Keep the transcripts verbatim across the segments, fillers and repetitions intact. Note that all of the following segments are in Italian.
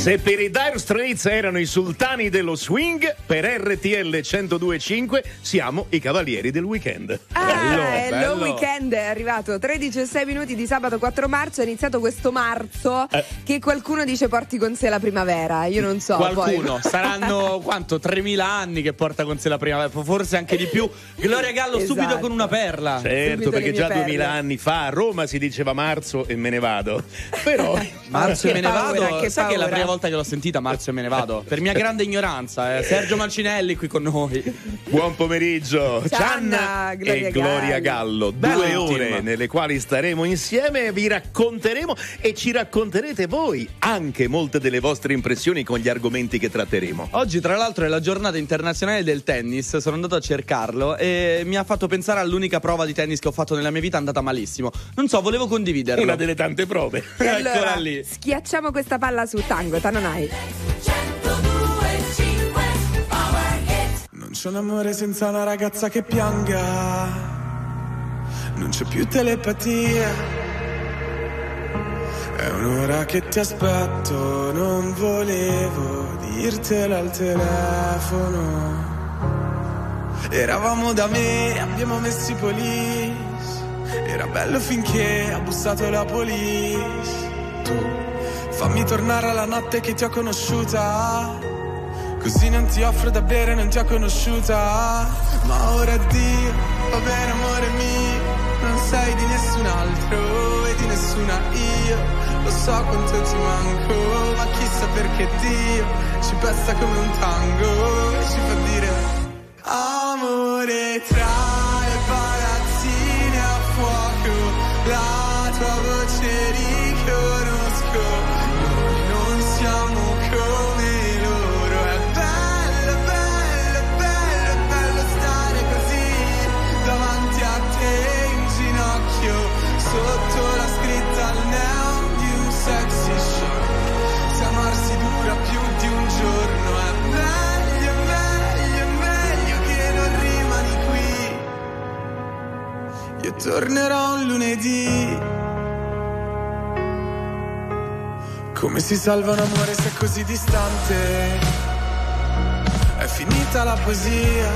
Se per i Dire Straits erano i sultani dello swing, per R T L centodue e cinque siamo i cavalieri del weekend. Ah, bello, è bello. il weekend è arrivato tredici e sei minuti di sabato quattro marzo. È iniziato questo marzo eh. che qualcuno dice porti con sé la primavera. Io non so. Qualcuno, poi. saranno quanto? tremila anni che porta con sé la primavera, forse anche di più. Gloria Gallo, esatto. subito con una perla. Certo, Subito perché già perle. duemila anni fa a Roma si diceva marzo e me ne vado. Però Marzo e me ne paura, vado. che Sai che è la paura. prima volta che l'ho sentita Marzo e me ne vado? Per mia grande ignoranza, eh. Sergio Mancinelli qui con noi. buon pomeriggio, Cianna, Cianna Gloria e Gloria Gallo. Gallo. Due Bello ore team. nelle quali staremo insieme, vi racconteremo e ci racconterete voi anche molte delle vostre impressioni con gli argomenti che tratteremo. Oggi tra l'altro è la giornata internazionale del tennis, sono andato a cercarlo e mi ha fatto pensare all'unica prova di tennis che ho fatto nella mia vita, è andata malissimo. Non so, volevo condividerlo. Una delle tante prove. E allora, Eccola lì. schiacciamo questa palla su Tango, Tanonai. Non c'è un amore senza una ragazza che pianga, non c'è più telepatia. È un'ora che ti aspetto, non volevo dirtelo al telefono. Eravamo da me, abbiamo messo i police. Era bello finché ha bussato la police. Tu fammi tornare alla notte che ti ho conosciuta, così non ti offro da bere, non ti ho conosciuta. Ma ora addio, va bene amore mio, non sei di nessun altro e di nessuna io. Lo so quanto ti manco, ma chissà perché Dio ci pesta come un tango e ci fa dire amore tra le palazzine a fuoco. La tua voce riconosco, noi non siamo come loro. È bello, bello, bello, bello stare così davanti a te in ginocchio, sotto la scritta al neon di un sexy show. Se amarsi dura più di un giorno è meglio, meglio, meglio che non rimani qui. Io tornerò un lunedì. Come si salva un amore se è così distante? È finita la poesia.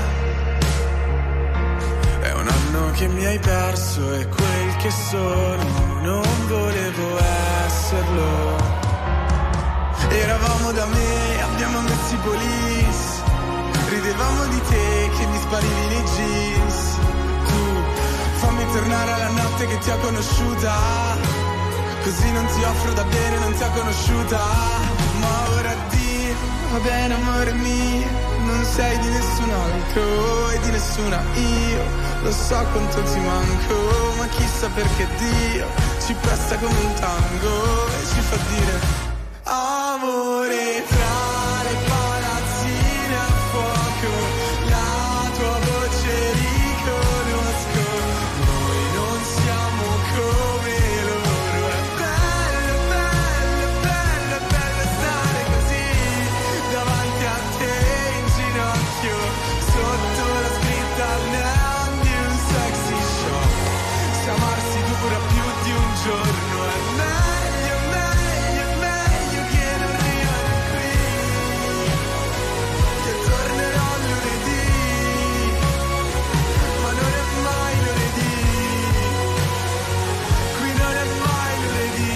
È un anno che mi hai perso e quel che sono non volevo esserlo. Eravamo da me, abbiamo messo i police. Ridevamo di te che mi sparivi nei jeans. Tu fammi tornare alla notte che ti ho conosciuta, così non ti offro da bere, non ti ho conosciuta. Ma ora addio, va bene amore mio, non sei di nessun altro e di nessuna io. Lo so quanto ti manco, ma chissà perché Dio ci presta come un tango e ci fa dire amore tra le palazzine a fuoco. La tua voce riconosco, noi non siamo come loro. È bello, bello, bello, bello stare così davanti a te in ginocchio, sotto la scritta al neon di un sexy show. Se amarsi dura più di un giorno è meglio, meglio, meglio che non rimani qui. Io tornerò lunedì, ma non è mai lunedì. Qui non è mai lunedì.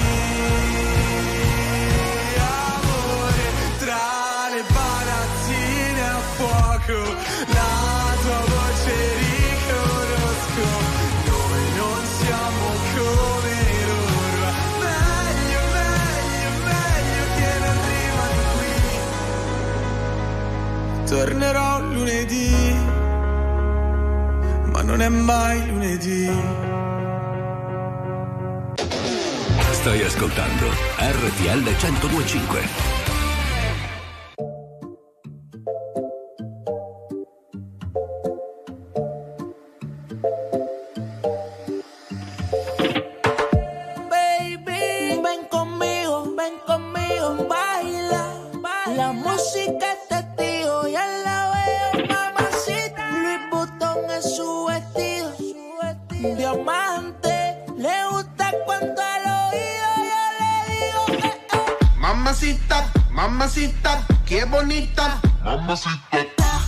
Amore tra le palazzine a fuoco, la tua voce riconosco, noi non siamo come loro. Meglio, meglio, meglio che non rimani qui. Tornerò lunedì, ma non è mai lunedì. Stai ascoltando R T L centodue e cinque. Baby, ven conmigo, ven conmigo, baila, baila. La música es testigo, ya la veo, mamacita. Louis Vuitton es su vestido, diamante. Le gusta cuando al oído yo le digo, eh, eh. Mamacita, mamacita, che bonita, mamacita.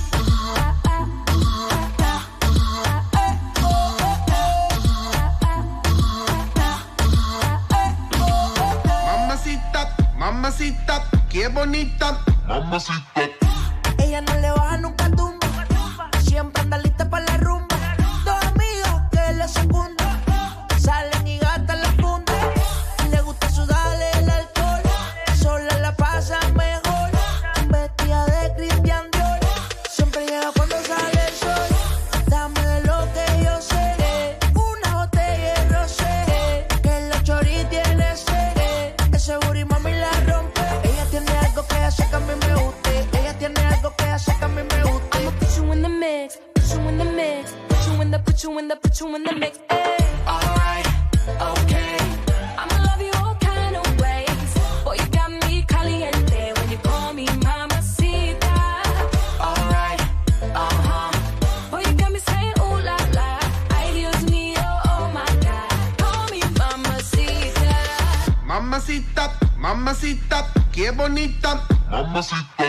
Mamacita, qué bonita, mamacita. Ella no le baja nunca tumba, siempre anda lista para la rumba. Dos amigas que la secundan, salen y gastan la funda. Le gusta sudarle el alcohol, sola la pasa mejor. Vestida de Christian Dior, siempre llega cuando sale el sol. Dame de lo que yo sé, una botella de rosé, que la chori tiene sed. Ese booty mami la rompe. Ella tiene algo que hace que a mí me guste. Ella tiene algo que hace que a mí me guste. I'ma put you in the mix, put you in the mix, put you in the, put you in the, put you in the mix. Ay. Alright, okay. I'ma love you all kind of ways. Boy, you got me caliente when you call me mamacita. Alright, uh-huh. Boy, you got me saying ooh la la. Ay, Dios mío, oh my God. Call me mamacita. Mamacita, mamacita, qué bonita, mamacita.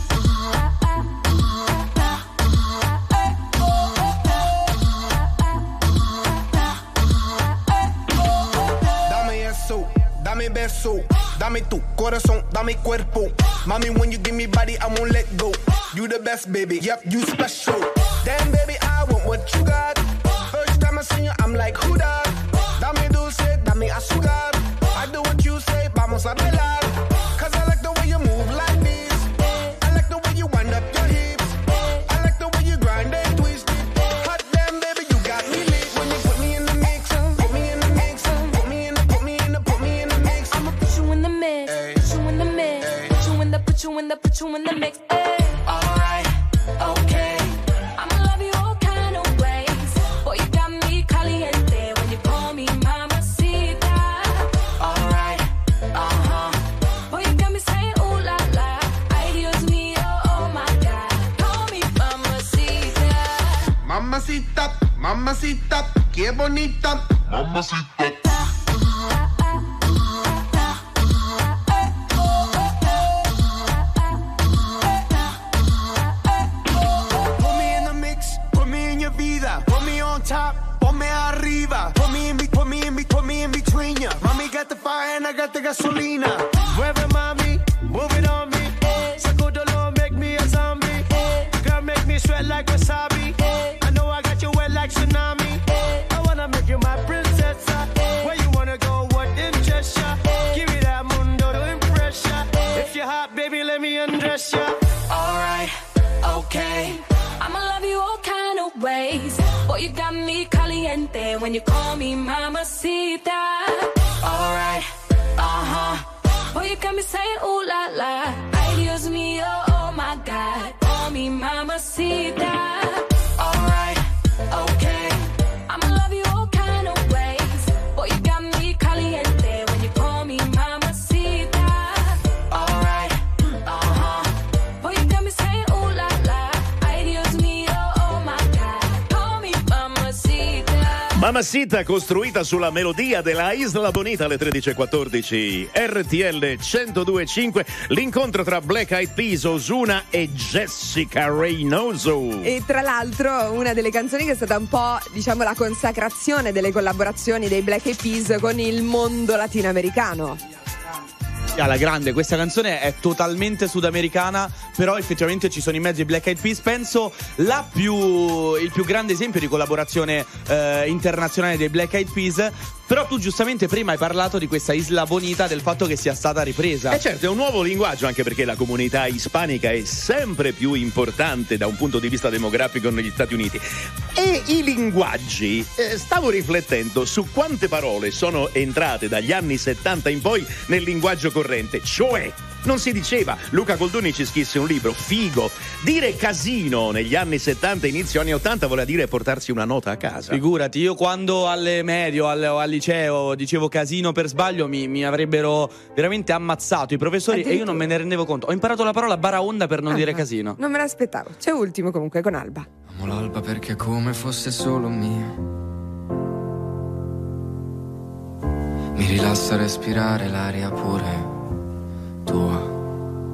Dame eso, dame beso, dame tu corazón, dame cuerpo. Mami, when you give me body, I won't let go. You the best, baby, yep, you special. Damn, baby, I want what you got. First time I see you, I'm like, who that? Dame dulce, dame azúcar. I do what you say, vamos a bailar. Cause I like the way you move like this. I like the way you wind up your hips. I like the way you grind and twist it. Hot damn, baby, you got me lit. When you put me in the mix, put me in the mix, put me in the, put me in the, put me in the mix. I'ma put you in the mix, Ay. put you in the mix, Ay. put you in the, put you in the, put you in the mix. Ay. Alright, okay. I'ma love you all kind of ways. Boy, you got me caliente when you call me mamacita. Alright, uh-huh. Boy, you got me saying ooh la la. Ay, Dios mío, oh my God. Call me mamacita. Mamacita, mamacita, qué bonita, mamacita. Put me in the mix, put me in your vida, put me on top, ponme arriba, put me in, be- put me in, be- put me in between ya. Mommy got the fire and I got the gasolina. Mueve mami, move it on me. Sacudolo, make me a zombie. Girl, make me sweat like wasabi. I know I got you wet like tsunami. I wanna make you my princess. Where you wanna go, what interests ya? Give me that mundo to impress ya. If you're hot, baby, let me undress ya. Alright, okay. I'ma love you all kind of ways. Boy, you got me caliente when you call me mamacita. Alright, uh-huh. Boy, you got me saying ooh la la. Ay, Dios mío, oh my God. Call me mamacita. Alright, okay. I'ma love you all kind of ways. Boy, you got me caliente when you call me mamacita. Alright, uh-huh. Boy, you got me saying ooh la la. Ay, Dios mío, oh my God. Call me mamacita. Mamacita, costruita sulla melodia della Isla Bonita alle tredici e quattordici, R T L centodue e cinque, l'incontro tra Black Eyed Peas, Ozuna e Jessica Reynoso. E tra l'altro una delle canzoni che è stata un po', diciamo, la consacrazione delle collaborazioni dei Black Eyed Peas con il mondo latinoamericano. Alla grande, questa canzone è totalmente sudamericana, però effettivamente ci sono in mezzo i Black Eyed Peas. Penso la più, il più grande esempio di collaborazione eh, internazionale dei Black Eyed Peas. Però tu giustamente prima hai parlato di questa Isla Bonita, del fatto che sia stata ripresa. Eh certo, è un nuovo linguaggio, anche perché la comunità ispanica è sempre più importante da un punto di vista demografico negli Stati Uniti. E i linguaggi, eh, stavo riflettendo su quante parole sono entrate dagli anni settanta in poi nel linguaggio corrente, cioè non si diceva, Luca Goldoni ci scrisse un libro, figo, dire casino negli anni settanta inizio anni ottanta voleva dire portarsi una nota a casa. Figurati, io quando alle medie o al, o al liceo dicevo casino per sbaglio mi, mi avrebbero veramente ammazzato i professori e io non me ne rendevo conto. Ho imparato la parola baraonda per non ah, dire casino. Non me l'aspettavo. C'è ultimo comunque con Alba. Amo l'alba perché è come fosse solo mia. Mi rilassa respirare l'aria pure tua.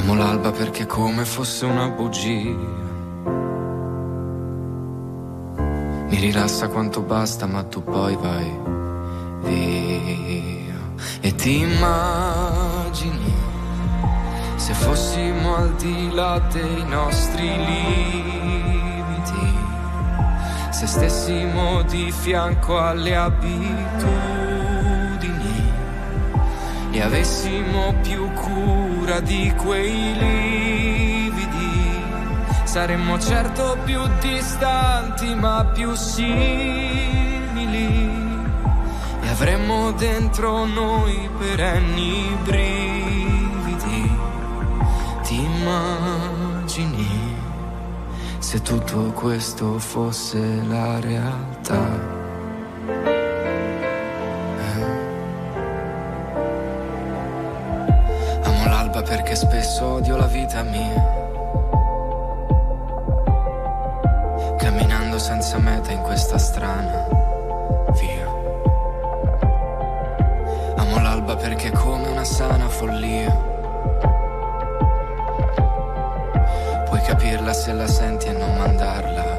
Amo l'alba perché è come fosse una bugia. Mi rilassa quanto basta, ma tu poi vai via. E ti immagini se fossimo al di là dei nostri limiti, se stessimo di fianco alle abitudini e avessimo più cura di quei lividi, saremmo certo più distanti ma più simili e avremmo dentro noi perenni brividi. Ti immagini se tutto questo fosse la realtà? Perché spesso odio la vita mia, camminando senza meta in questa strana via. Amo l'alba perché è come una sana follia, puoi capirla se la senti e non mandarla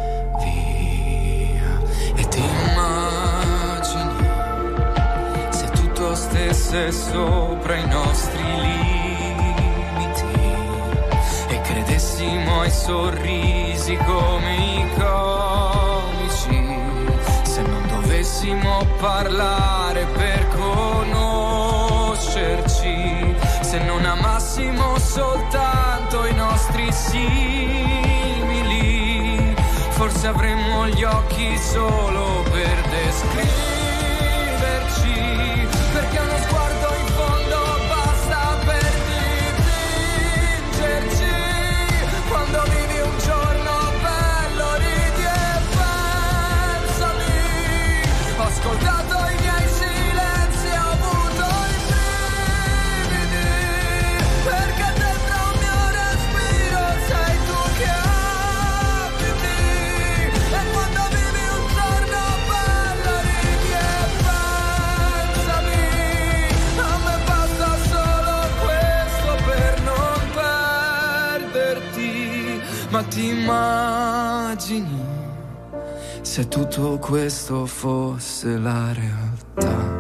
via. E ti immagini se tutto stesse sopra i nostri limiti, credessimo ai sorrisi come i comici, se non dovessimo parlare per conoscerci, se non amassimo soltanto i nostri simili, forse avremmo gli occhi solo per descriverci, perché uno sguardo in fondo basta per dipingerci. Quando vivi un giorno bello ridi e pensami. Ho ascoltato i miei silenzi e ho avuto i brividi, perché dentro un mio respiro sei tu che abiti. E quando vivi un giorno bello ridi e pensami. A me basta solo questo per non perderti. Ma ti immagini se tutto questo fosse la realtà?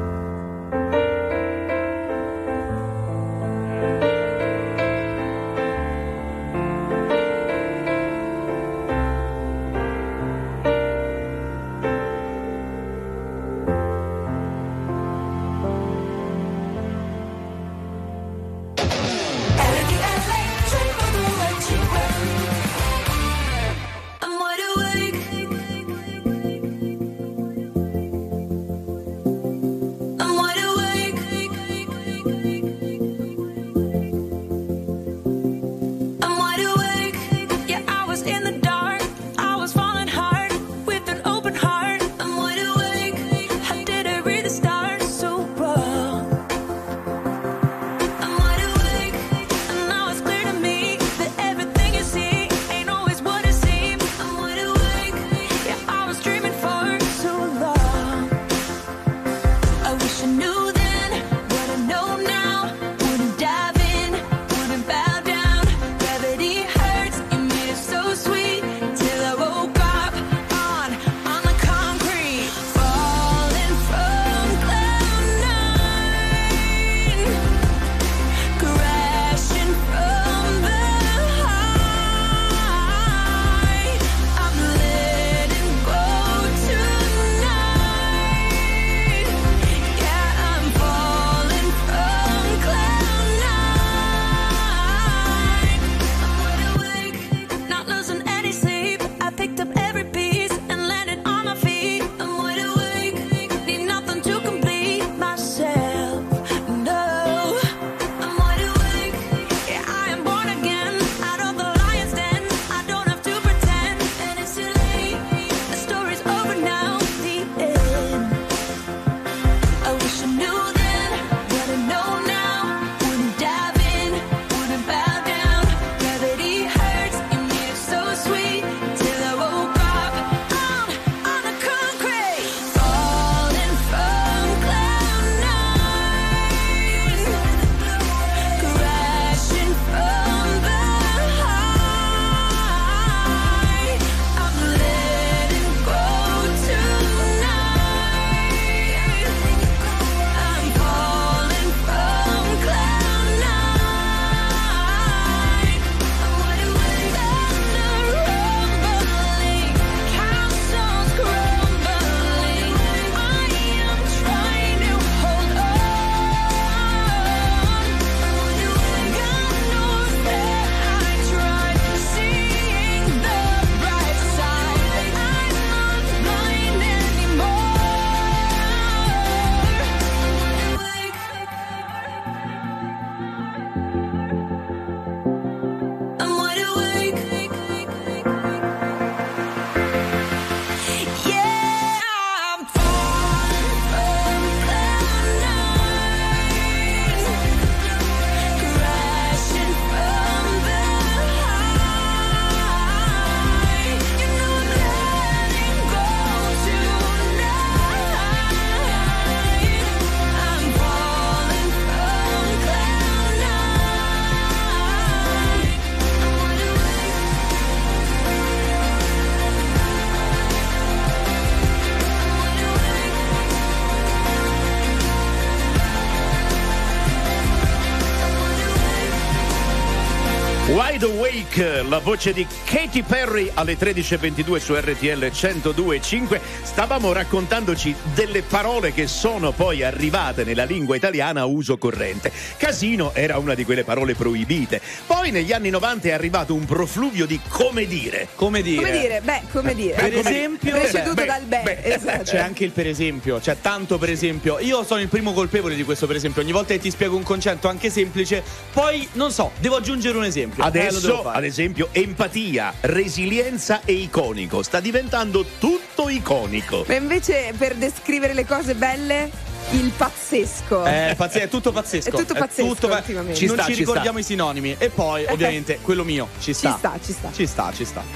Wide Awake, la voce di Katy Perry alle tredici e ventidue su R T L centodue e cinque. Stavamo raccontandoci delle parole che sono poi arrivate nella lingua italiana a uso corrente. Casino era una di quelle parole proibite. Poi negli anni novanta è arrivato un profluvio di come dire. Come dire? Come dire? Beh, come dire. Per esempio, preceduto beh, dal beh, beh, esatto. C'è anche il per esempio, c'è tanto per esempio. Io sono il primo colpevole di questo per esempio. Ogni volta che ti spiego un concetto anche semplice, poi non so, devo aggiungere un esempio. Adesso, eh, ad esempio, empatia, resilienza e iconico. Sta diventando tutto iconico. Ma invece per descrivere le cose belle, il pazzesco. È, pazz- è tutto pazzesco. È tutto pazzesco tutto pa- ultimamente. ci non sta, ci ci ricordiamo sta. i sinonimi. E poi, ovviamente, quello mio ci sta. Ci sta, ci sta. Ci sta, ci sta.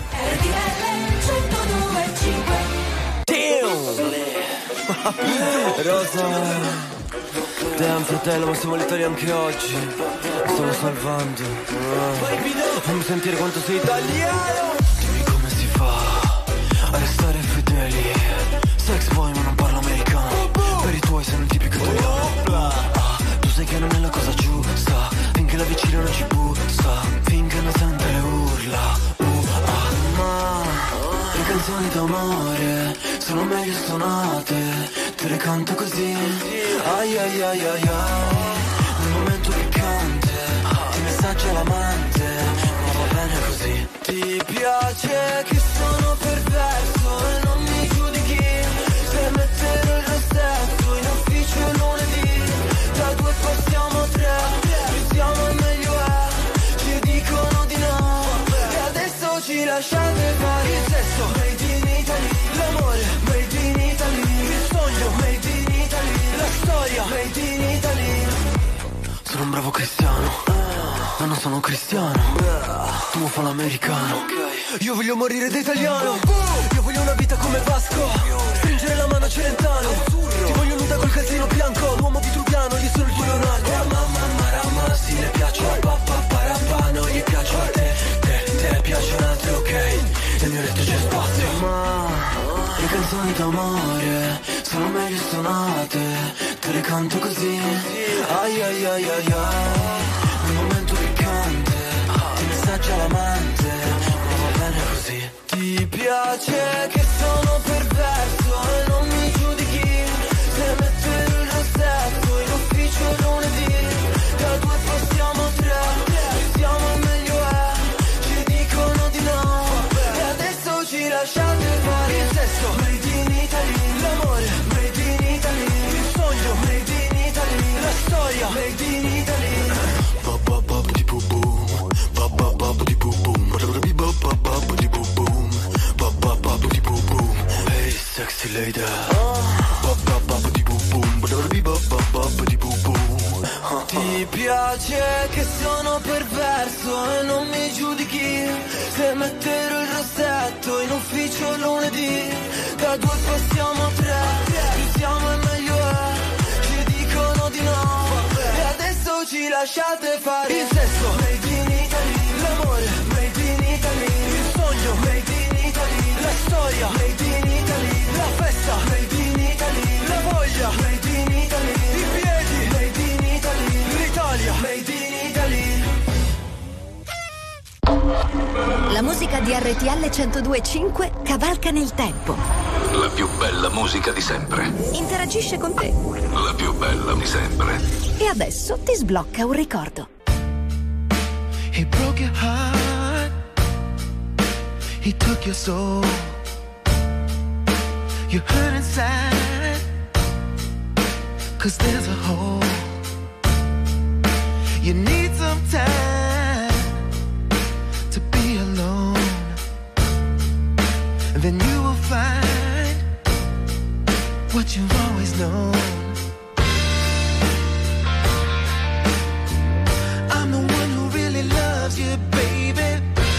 Rosa, damn fratello, ma siamo letali anche oggi. Mi sto salvando. Fammi sentire quanto sei italiano. Dimmi come si fa a restare fedeli. Sex boy ma non parlo americano. Per i tuoi sei un tipico italiano. Ah, tu sai che non è la cosa giusta. Finché la vicina non ci bussa. Finché non sente le urla. Uh, ah, ma le canzoni d'amore sono meglio suonate, te le canto così. Ai ai ai ai ai. Nel momento piccante ti messaggia l'amante, ma va bene così. Ti piace che sono perverso e non mi giudichi. Se metterò il rossetto in ufficio lunedì. Da due passiamo a tre, più siamo e meglio è. Ci dicono di no e adesso ci lasciate fare il sesso. Made in Italy, l'amore made in Italy, il sogno made in Italy, la storia made in Italy. Sono un bravo cristiano, ma non sono cristiano. Tu mi fa l'americano, io voglio morire da italiano. Io voglio una vita come Vasco, stringere la mano a Celentano. Ti voglio nuda col calzino bianco, l'uomo vitruviano, io sono il tuo Leonardo. Mamma marama, sì le piace la pappa parappa, non gli piace a te, te, te piacciono altre, ok, nel mio letto c'è spazio. Ma le canzoni d'amore sono meglio suonate, te le canto così. Ai ai ai ai ai. Nel momento piccante ti messaggia l'amante, ma va bene così. Ti piace che sono perverso e non mi giudichi. Se metterò il rossetto in ufficio lunedì. Da due passiamo a tre, più siamo e meglio è. Ci dicono di no e adesso ci lasciate fare il sesso. Made in Italy, l'amore made in Italy, il sogno made in Italy, la storia made in Italy. Hey sexy lady. Ti piace che sono perverso e non mi giudichi. Se metterò il rossetto in ufficio lunedì. Da due passiamo a tre, più siamo e meglio è. Ci dicono di no e adesso ci lasciate fare il sesso. Made in Italy, l'amore made in Italy, il sogno made in Italy, la storia made in Italy, la festa made in Italy, la voglia made in Italy, i piedi made in Italy, l'Italia made in Italy. La musica di R T L centodue e cinque cavalca nel tempo. La più bella musica di sempre. Interagisce con te. La più bella di sempre. E adesso ti sblocca un ricordo. He broke your heart. He took your soul. You hurt inside. Cause there's a hole. You need some time to be alone. And then you will find what you've always known. I'm the one who really loves you, baby.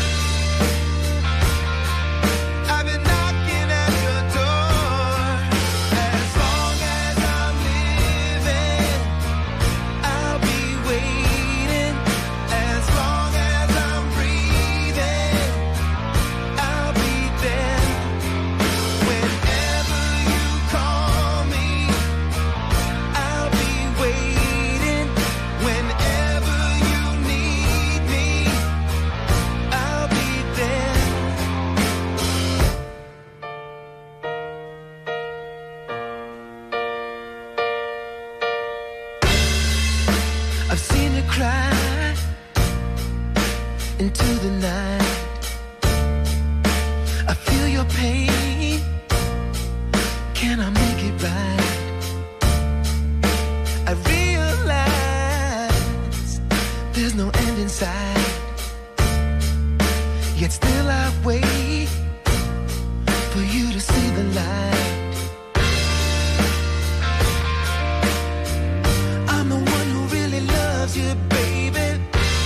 I've been knocking at your door. As long as I'm living, I'll be waiting. As long as I'm breathing, I'll be there. Whenever you call me, inside. Yet still I wait for you to see the light. I'm the one who really loves you, baby.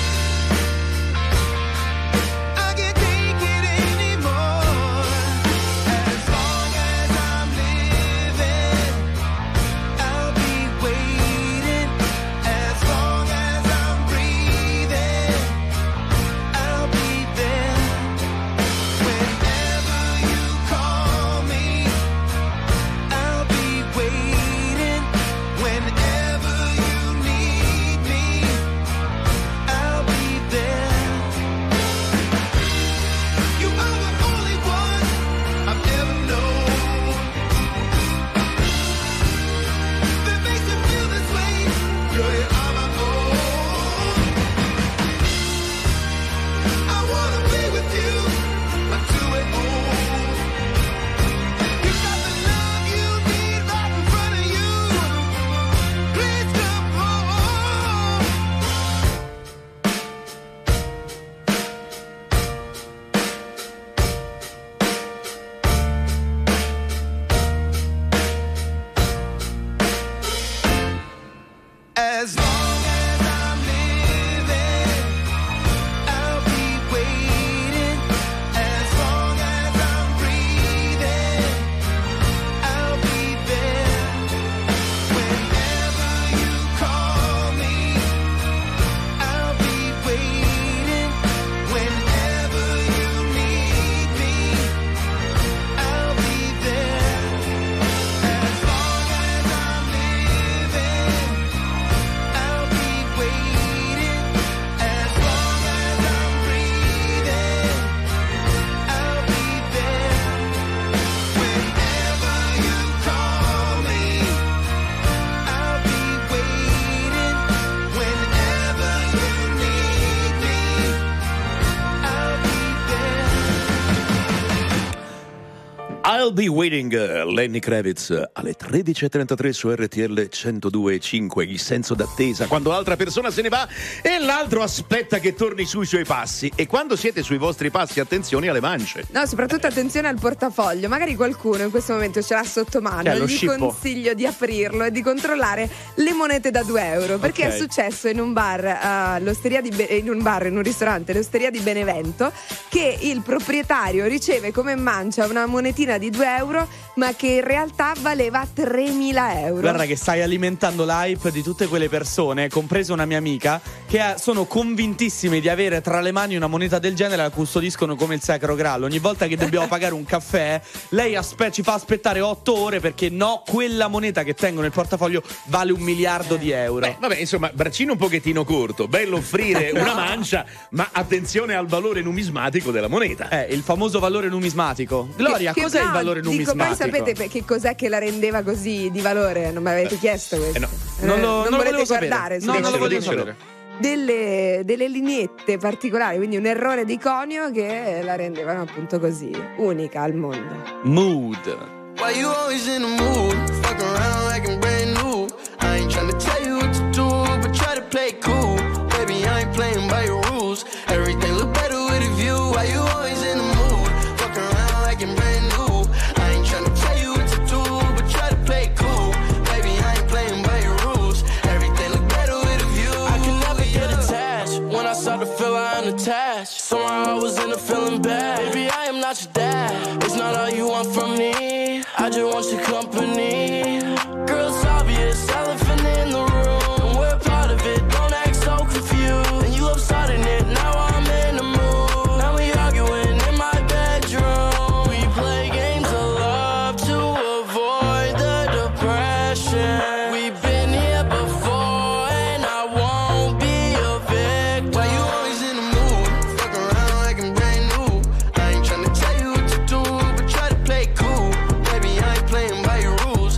I can't take it anymore. As long as I'm living, I'll be waiting. As long as I'm breathing, I'll be there. Whenever you call me, I'll be waiting. Whenever you need me, I'll be there. You are the only one I've ever known that makes me feel this way. Girl, you are my own. I wanna be with you until we're old. You got the love you need right in front of you. Please come home. As long as I'm living, I'll be waiting. As long as I'm breathing, I'll be there. Whenever you call me, I'll be waiting. Whenever you need me, I'll be there. As long as I'm living, I'll be waiting. As long as I'm breathing, I'll be there. Whenever you call me, I'll be waiting. Whenever you need me, I'll be there. I'll be waiting, uh, Lenny Kravitz alle tredici e trentatré su R T L centodue e cinque. Il senso d'attesa quando l'altra persona se ne va e l'altro aspetta che torni sui suoi passi. E quando siete sui vostri passi, attenzione alle mance. No, soprattutto attenzione al portafoglio. Magari qualcuno in questo momento ce l'ha sotto mano. Che è lo Gli scippo. consiglio di aprirlo e di controllare le monete da due euro. Perché Ok. è successo in un bar, uh, l'osteria di Be- in un bar, in un ristorante, l'osteria di Benevento, che il proprietario riceve come mancia una monetina di due euro, ma che in realtà valeva tremila euro. Guarda che stai alimentando l'hype di tutte quelle persone, compresa una mia amica, che ha- sono convintissime di avere tra le mani una moneta del genere, la custodiscono come il sacro graal. Ogni volta che dobbiamo pagare un caffè, lei aspe- ci fa aspettare otto ore perché no, quella moneta che tengo nel portafoglio vale un miliardo di euro. Beh, vabbè, insomma, braccino un pochettino corto, bello offrire una mancia, ma attenzione al valore numismatico della moneta. Eh, il famoso valore numismatico. Gloria, Che- che cos'è no, il valore dico, numismatico? poi sapete pe- che cos'è che la rendeva così di valore? Non mi avete chiesto questo? eh no. Eh, Non lo- non lo volete volevo sapere. guardare? No, sì. non lo voglio Dicelo, sapere. Delle, delle lineette particolari, quindi un errore di conio che la rendevano appunto così, unica al mondo. Mood. Why you always in the mood? Fuck around like I'm brand new. I ain't tryna tell you what to do, but try to play it cool. Baby, I ain't playing by your rules. Everything look better with a view. Why you always in the mood? Fuck around like I'm brand new. I ain't tryna tell you what to do, but try to play it cool. Baby, I ain't playing by your rules. Everything look better with a view. I can never get attached. When I start to feel I am attached, somehow I was in a feeling bad. Baby, I am not your dad. It's not all you want from me. I just want your company. Girl, it's obvious, elephant in the room, and we're part of it. Don't act so confused. And you love starting it, now I'm in the mood. Now we arguing in my bedroom. We play games of love to avoid the depression. We've been here before, and I won't be a victim. Why you always in the mood? Fuck around like I'm brand new. I ain't tryna tell you what to do, but try to play it cool. Baby, I ain't playing by your rules.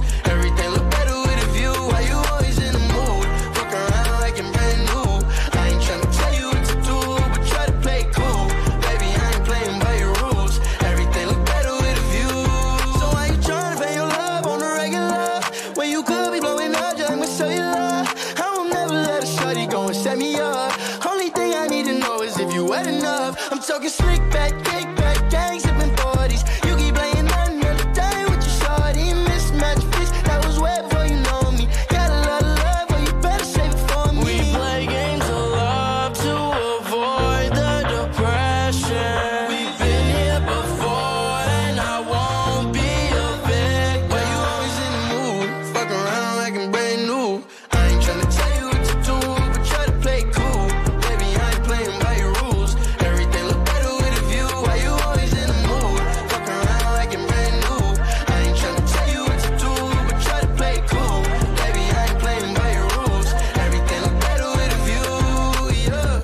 talking slick back, kick back, gang sipping forties. You keep playing another day with your shorty. Mismatch fits, that was way before you know me. Got a lot of love, but you better save it for me. We play games of love to avoid the depression. We've been here before, and I won't be a victim. Why you always in the mood? Fuck around like I'm brand new. I ain't tryna tell you what to do, but try to play cool. Baby, I ain't playing by your rules. Everything look better with a view. Why you always in the mood? Fuck around like I'm brand new. I ain't tryna tell you what to do, but try to play cool. Baby, I ain't playing by your rules. Everything look better with a view, yeah.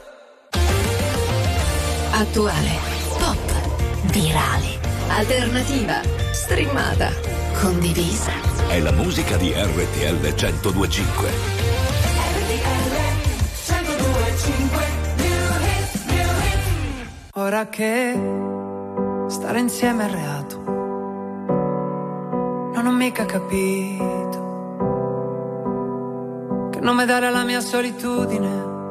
Attuale, pop, virale, alternativa, streamata, condivisa. È la musica di R T L centodue e cinque. Ora che stare insieme è reato, non ho mica capito che nome dare alla mia solitudine,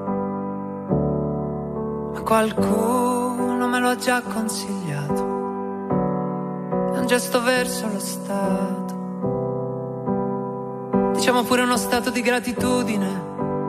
ma qualcuno me lo ha già consigliato. È un gesto verso lo Stato, diciamo pure uno stato di gratitudine.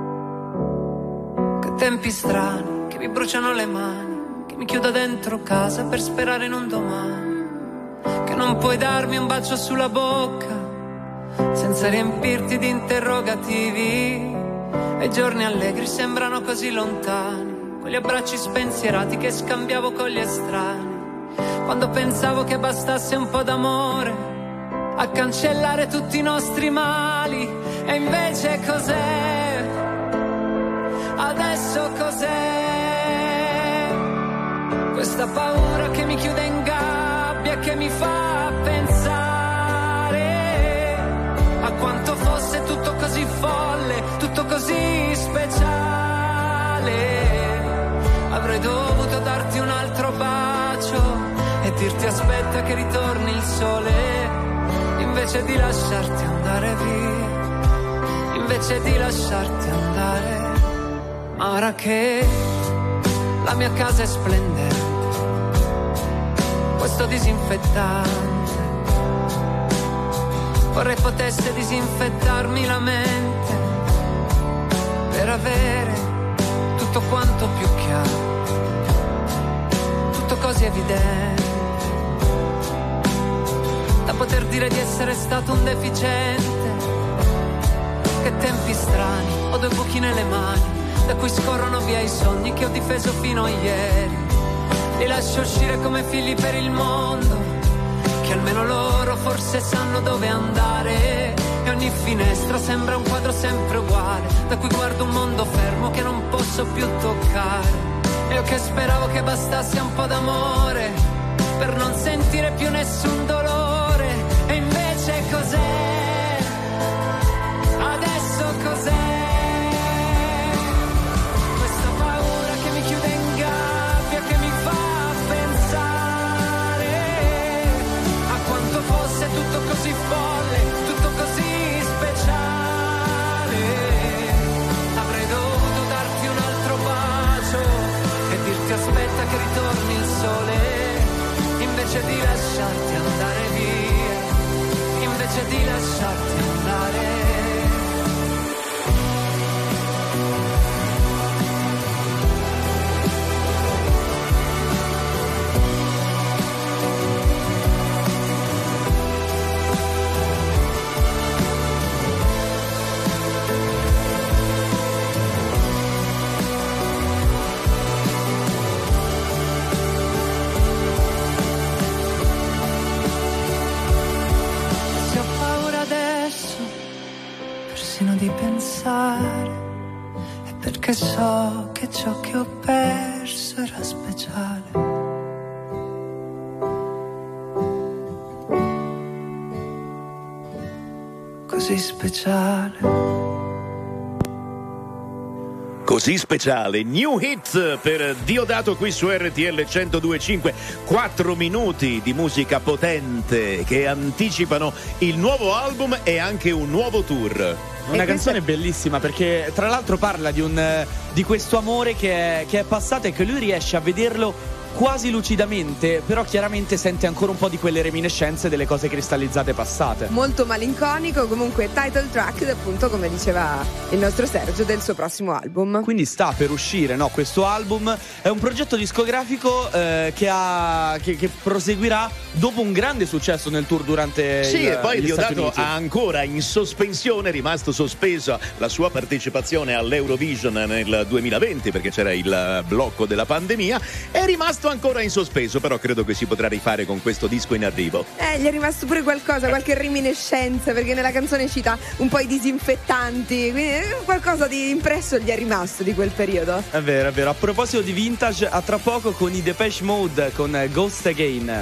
Che tempi strani che mi bruciano le mani, che mi chiudo dentro casa per sperare in un domani, che non puoi darmi un bacio sulla bocca senza riempirti di interrogativi, e i giorni allegri sembrano così lontani, quegli abbracci spensierati che scambiavo con gli estranei, quando pensavo che bastasse un po' d'amore a cancellare tutti i nostri mali. E invece cos'è? Adesso cos'è? Questa paura che mi chiude in gabbia, che mi fa pensare a quanto fosse tutto così folle, tutto così speciale. Avrei dovuto darti un altro bacio e dirti aspetta che ritorni il sole, invece di lasciarti andare via, invece di lasciarti andare. Ma ora che la mia casa è splendente, questo disinfettante vorrei potesse disinfettarmi la mente per avere tutto quanto più chiaro, tutto così evidente, da poter dire di essere stato un deficiente. Che tempi strani, ho due buchi nelle mani da cui scorrono via i sogni che ho difeso fino a ieri. Li lascio uscire come figli per il mondo, che almeno loro forse sanno dove andare. E ogni finestra sembra un quadro sempre uguale, da cui guardo un mondo fermo che non posso più toccare. E io che speravo che bastasse un po' d'amore per non sentire più nessun dolore. E invece cos'è? Adesso cos'è? Questa paura che mi chiude in gabbia, che mi fa pensare a quanto fosse tutto così folle, tutto così speciale. Avrei dovuto darti un altro bacio e dirti aspetta che ritorni il sole, invece di lasciarti andare via, invece di lasciarti andare. Di pensare, è perché so che ciò che ho perso era speciale. Così speciale. Così speciale, new hit per Diodato qui su R T L centodue e cinque. Quattro minuti di musica potente che anticipano il nuovo album e anche un nuovo tour. Una canzone bellissima perché tra l'altro parla di, un, di questo amore che è, che è passato e che lui riesce a vederlo quasi lucidamente, però chiaramente sente ancora un po' di quelle reminiscenze delle cose cristallizzate passate. Molto malinconico, comunque title track, appunto, come diceva il nostro Sergio, del suo prossimo album. Quindi sta per uscire, no, questo album. È un progetto discografico eh, che, ha, che, che proseguirà dopo un grande successo nel tour durante sì, il, e poi gli Diodato Stati Uniti. ha ancora in sospensione, è rimasto sospesa la sua partecipazione all'Eurovision nel duemilaventi perché c'era il blocco della pandemia, è rimasto ancora in sospeso, però credo che si potrà rifare con questo disco in arrivo. Eh, gli è rimasto pure qualcosa, qualche reminiscenza, perché nella canzone cita un po' i disinfettanti, quindi qualcosa di impresso gli è rimasto di quel periodo. È vero, è vero. A proposito di vintage, a tra poco con i Depeche Mode con Ghost Again.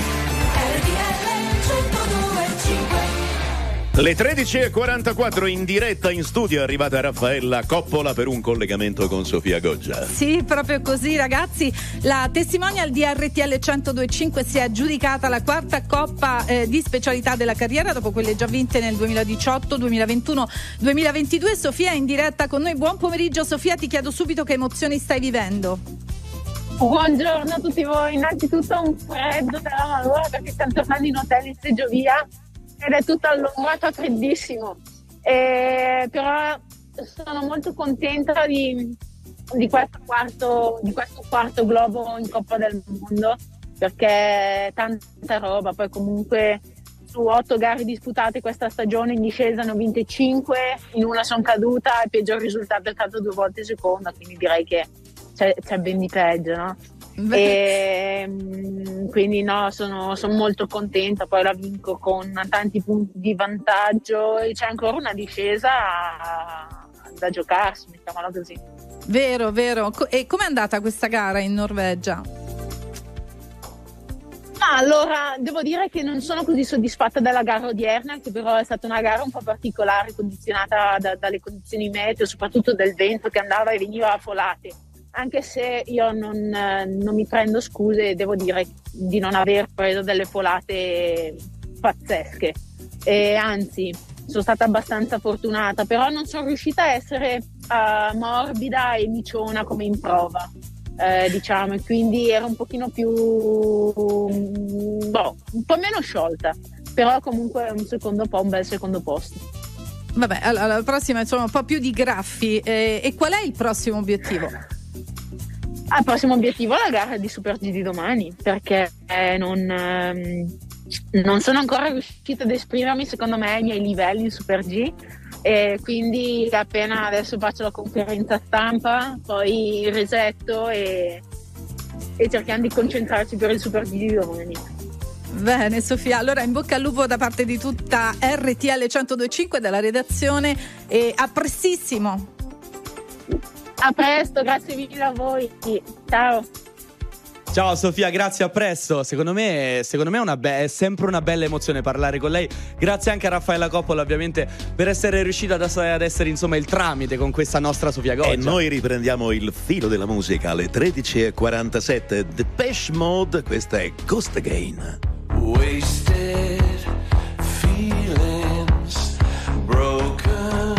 Le tredici e quarantaquattro in diretta in studio è arrivata Raffaella Coppola per un collegamento con Sofia Goggia. Sì, proprio così ragazzi, la testimonial di R T L centodue e cinque si è aggiudicata la quarta coppa eh, di specialità della carriera dopo quelle già vinte nel duemiladiciotto, duemilaventuno, duemilaventidue. Sofia è in diretta con noi, buon pomeriggio Sofia, ti chiedo subito che emozioni stai vivendo. Buongiorno a tutti voi, innanzitutto un freddo della malora perché stiamo tornando in hotel in seggiovia ed è tutto allungato, freddissimo, e, però sono molto contenta di, di, questo quarto, di questo quarto globo in Coppa del Mondo perché tanta roba, poi comunque su otto gare disputate questa stagione in discesa ne ho vinte cinque, in una sono caduta e il peggior risultato è stato due volte seconda, quindi direi che c'è, c'è ben di peggio, no? E quindi no, sono, sono molto contenta, poi la vinco con tanti punti di vantaggio e c'è ancora una discesa da giocarsi, mettiamola così. Vero, vero. E com'è andata questa gara in Norvegia? Allora, devo dire che non sono così soddisfatta della gara odierna, che però è stata una gara un po' particolare, condizionata da, dalle condizioni meteo, soprattutto del vento che andava e veniva a folate. Anche se io non, non mi prendo scuse, devo dire di non aver preso delle folate pazzesche. E anzi, sono stata abbastanza fortunata, però non sono riuscita a essere uh, morbida e miciona come in prova. Eh, diciamo, e quindi era un pochino più boh, un po' meno sciolta, però comunque un secondo po', un bel secondo posto. Vabbè, alla, alla prossima insomma un po' più di graffi. Eh, e qual è il prossimo obiettivo? Ah, il prossimo obiettivo è la gara di Super G di domani, perché eh, non, ehm, non sono ancora riuscita ad esprimermi secondo me ai miei livelli in Super G, e quindi appena adesso faccio la conferenza stampa, poi resetto e, e cerchiamo di concentrarci per il Super G di domani. Bene Sofia, allora in bocca al lupo da parte di tutta R T L centodue e cinque della redazione e a prestissimo. A presto, grazie mille a voi, ciao. Ciao Sofia, grazie, a presto. Secondo me, secondo me è, una be- è sempre una bella emozione parlare con lei. Grazie anche a Raffaella Coppola ovviamente per essere riuscita ad, ad essere insomma il tramite con questa nostra Sofia Goggia. E noi riprendiamo il filo della musica alle tredici e quarantasette. Depeche Mode, questa è Ghost Again. Wasted feelings, broken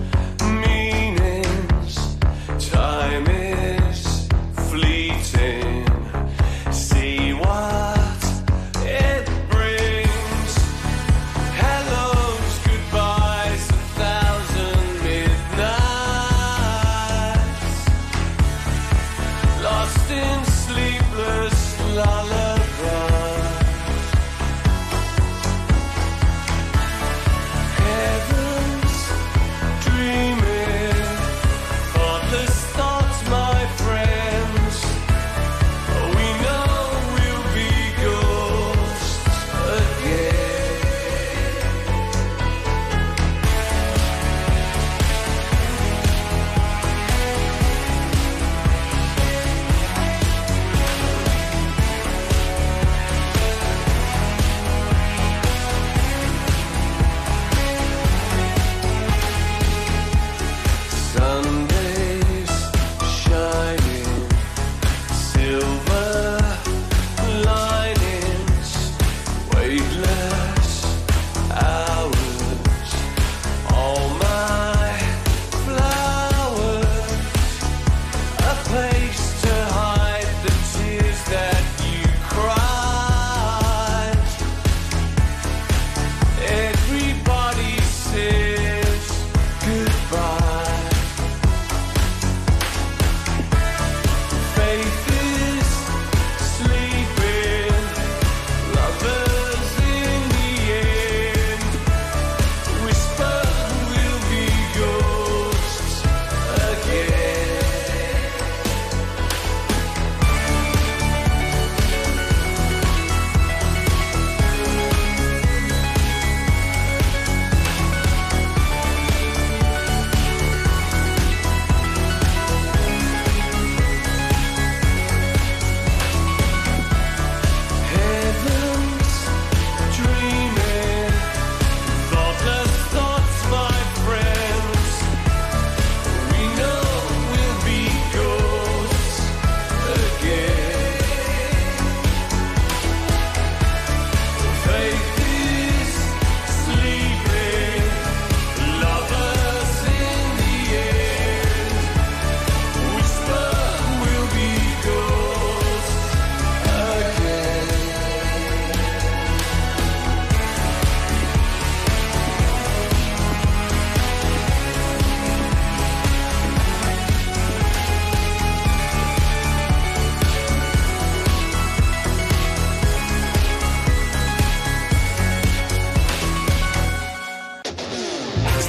meanings, time is fleeting. See what it brings. Hellos, goodbyes, a thousand midnights, lost in sleepless lullaby.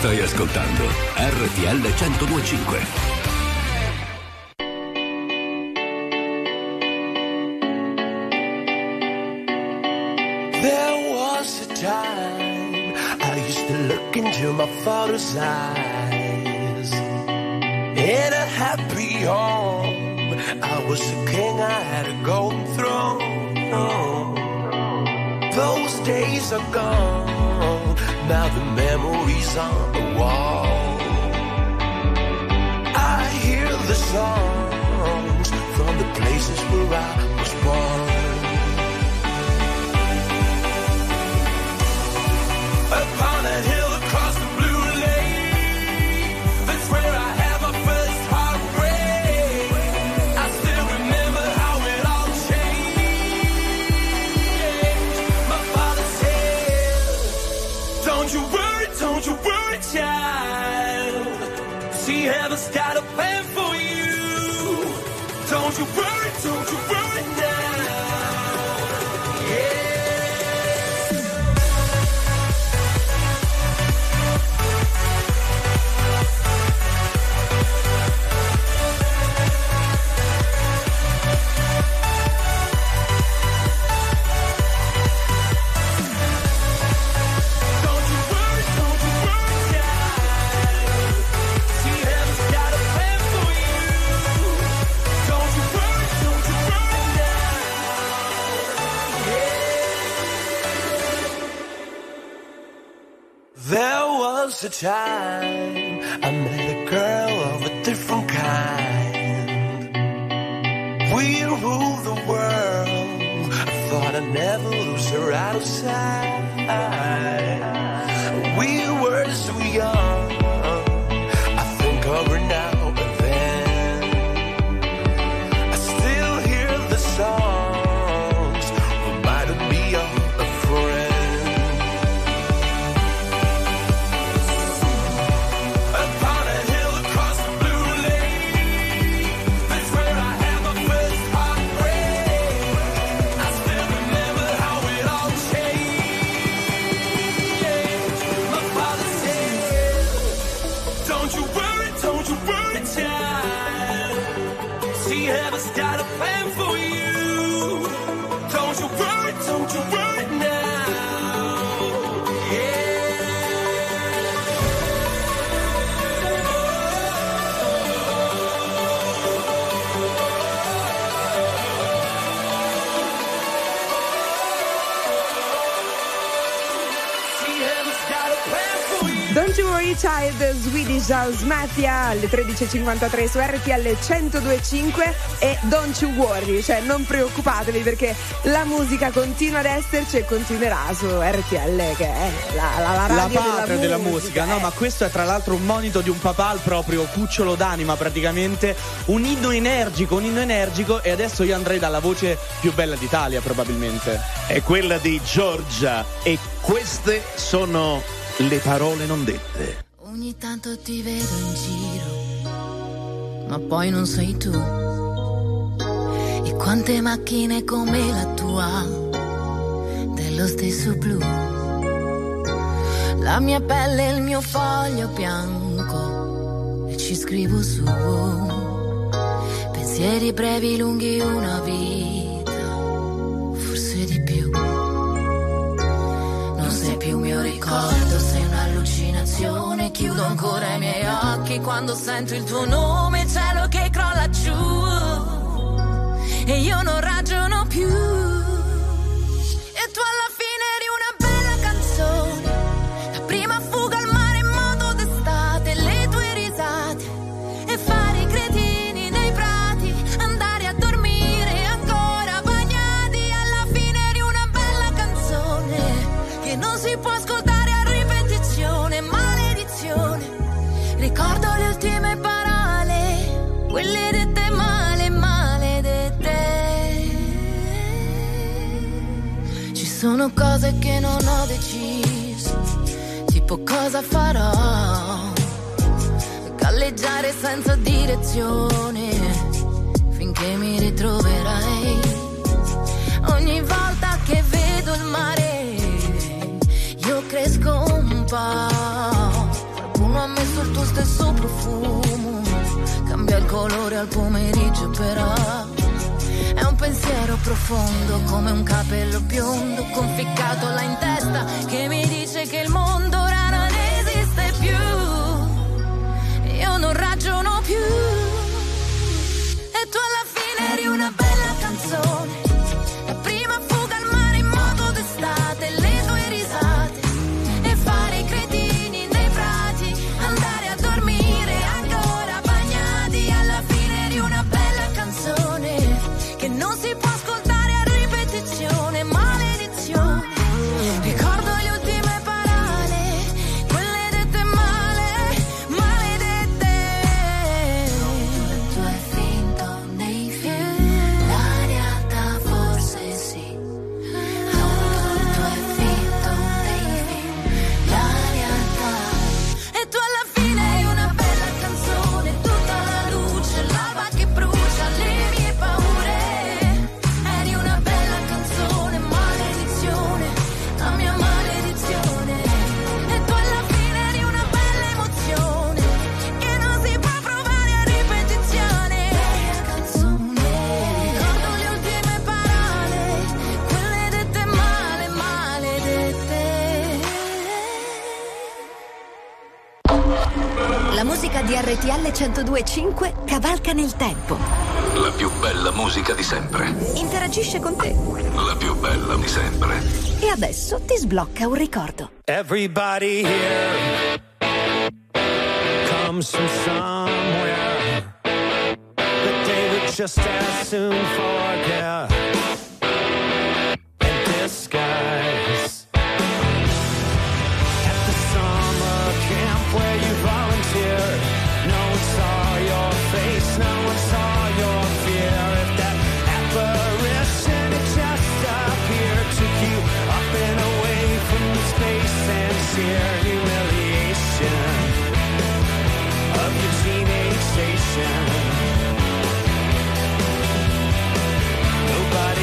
Stai ascoltando R T L centodue e cinque. There was a time I used to look into my father's eyes. In a happy home, I was a king, I had a golden throne. Those days are gone, now the memories on the wall. I hear the songs from the places where I was born. Upon a hill across the blue lake, that's where I had my first heartbreak. I still remember how it all changed. My father said, don't you worry, don't you worry, child. See, heaven's got a plan for you. Don't you worry, don't you worry now. Yeah. There was a time I met a girl of a different kind. We ruled the world. I thought I'd never lose her out of sight. We were so young. I think of her now and then. I still hear the songs reminding me of a friend. Heaven's got a plan for you. Don't you worry, don't you worry now. Yeah. See, heaven's got a plan for you. Don't You Worry Child, Swedish House Mafia alle tredici e cinquantatré su R T L centodue e cinque. E Don't You Worry, cioè non preoccupatevi perché la musica continua ad esserci e continuerà su R T L, che è la, la, la radio la patria della, della musica. No, ma questo è tra l'altro un monito di un papà, il proprio cucciolo d'anima praticamente, un inno energico, un inno energico. E adesso io andrei dalla voce più bella d'Italia probabilmente. È quella di Giorgia e queste sono le parole non dette. Ogni tanto ti vedo in giro, ma poi non sei tu. E quante macchine come la tua, dello stesso blu. La mia pelle è il mio foglio bianco e ci scrivo su. Pensieri brevi, lunghi, una vita, forse di più. Non sei più mio ricordo, sei un'allucinazione. Chiudo ancora i miei occhi quando sento il tuo nome. Cielo che crolla giù e io non ragiono più. E tu alla fine eri una bella canzone, la prima fuga al mare in moto d'estate, le tue risate e fare i cretini nei prati, andare a dormire ancora bagnati. Alla fine eri una bella canzone che non si può ascoltare a ripetizione. Maledizione, ricordo le ultime parole, quelle dette male, maledette. Ci sono cose che non ho deciso, tipo cosa farò, galleggiare senza direzione finché mi ritroverai. Ogni volta che vedo il mare io cresco un po'. messo il tuo stesso profumo, cambia il colore al pomeriggio però è un pensiero profondo come un capello biondo conficcato là in testa che mi dice che il mondo ora non esiste più. Io non ragiono più e tu alla fine eri una bella canzone, la prima fuga al mare in moto d'estate, le tue risate e fare i cretini nei prati, andare a dormire ancora bagnati. Alla fine eri una bella canzone che non si può ascoltare a ripetizione, maledizione. Ricordo le ultime parole, quelle dette male, maledette. Tu è finto nei film, la realtà forse sì. Tu è finto nei film, la realtà. E tu alla fine hai una bella canzone, tutta la luce, l'alba che brucia le mie paure. Eri una bella canzone, maledizione, la mia maledizione. E tu alla fine eri una bella emozione che non si può provare a ripetizione. Bella canzone. Ricordo le ultime parole, quelle dette male, maledette. La musica di R T L centodue e cinque cavalca nel tempo. La più bella musica di sempre. Interagisce con te. La più bella di sempre. E adesso ti sblocca un ricordo. Everybody here comes from somewhere that they would just as soon forget and disguise. At the summer camp where you volunteered, no one saw your face, no one saw your fear. If that apparition had just appeared, took you up and away from the space and sheer humiliation of your teenage station. Nobody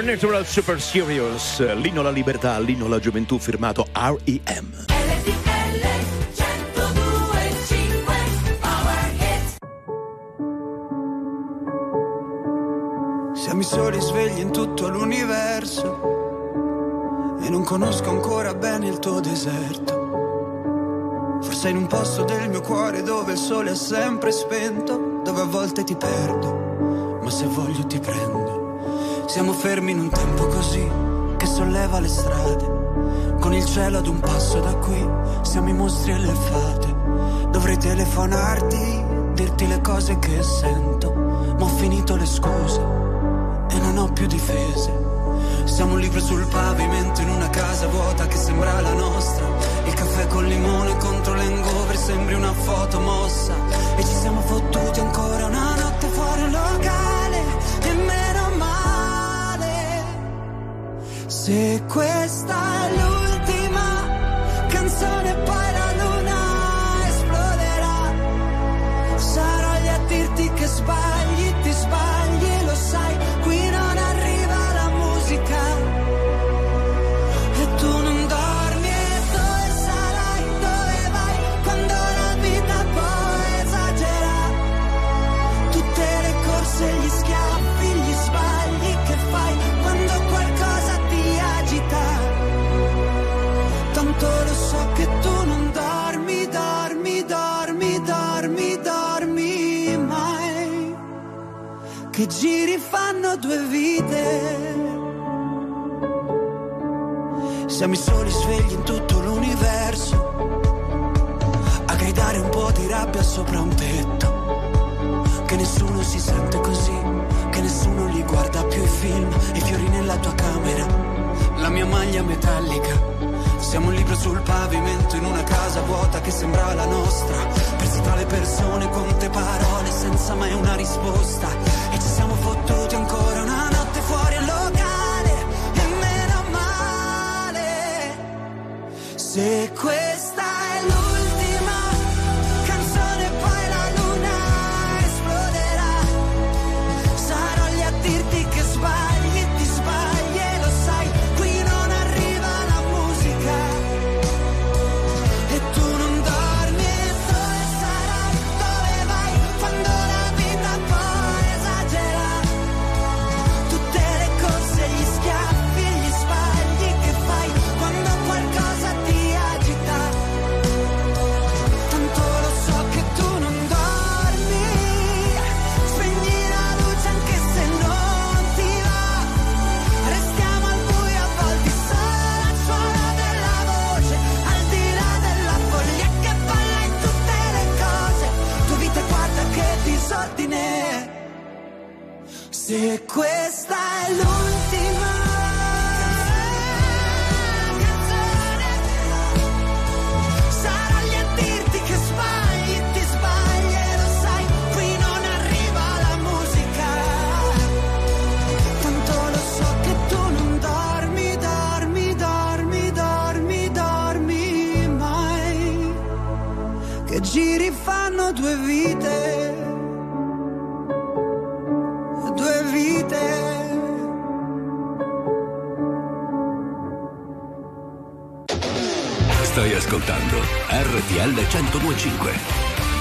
Supernatural Super Serious, l'inno alla libertà, l'inno alla gioventù, firmato R E M. Siamo i soli svegli in tutto l'universo e non conosco ancora bene il tuo deserto. Forse in un posto del mio cuore dove il sole è sempre spento, dove a volte ti perdo, ma se voglio ti prendo. Siamo fermi in un tempo così che solleva le strade, con il cielo ad un passo da qui, siamo i mostri e le fate. Dovrei telefonarti, dirti le cose che sento, ma ho finito le scuse e non ho più difese. Siamo un libro sul pavimento in una casa vuota che sembra la nostra. Il caffè col limone contro l'hangover sembri una foto mossa. E ci siamo fottuti ancora una notte fuori un locale, e meno male. Se questa è l'ultima canzone poi la luna esploderà, sarò lì a dirti che sbagli, ti sbagli e lo sai, qui non arriva la musica e tu non dormi. E dove sarai, dove vai, quando la vita poi esagera, tutte le corse, gli schiaffi, gli sbagli che fai quando qualcosa ti agita. Tanto lo so che tu non dormi, dormi, dormi, dormi, dormi mai, che giri fanno due vite. Siamo i soli svegli in tutto l'universo, a gridare un po' di rabbia sopra un tetto, che nessuno si sente così, che nessuno li guarda più i film, i fiori nella tua camera, la mia maglia metallica. Siamo un libro sul pavimento in una casa vuota che sembra la nostra, persi tra le persone, quante parole senza mai una risposta. E ci siamo fottuti ancora una notte fuori al locale, e meno male. Se questa è l'ultima canzone poi la luna esploderà, sarò lì a dirti che sbagli, ti sbagli e lo sai, qui non arriva la musica e tu non dormi. E dove sarai, dove vai, quando la vita poi esagera, tutte le corse, gli schiaffi, gli sbagli che fai quando qualcosa ti agita. Tanto lo so che tu non dormi, spegni la luce anche se non ti va, restiamo al buio a volte solo al suono della voce, al di là della foglia che balla in tutte le cose. Tua vita guarda che disordine, se questa è l'ultima canzone, sarò lì a dirti che sbagli, ti sbagli e lo sai, qui non arriva la musica. Tanto lo so che tu non dormi, dormi, dormi, dormi, dormi mai, che giri fanno due vite, due vite. Stai ascoltando R T L centodue e cinque.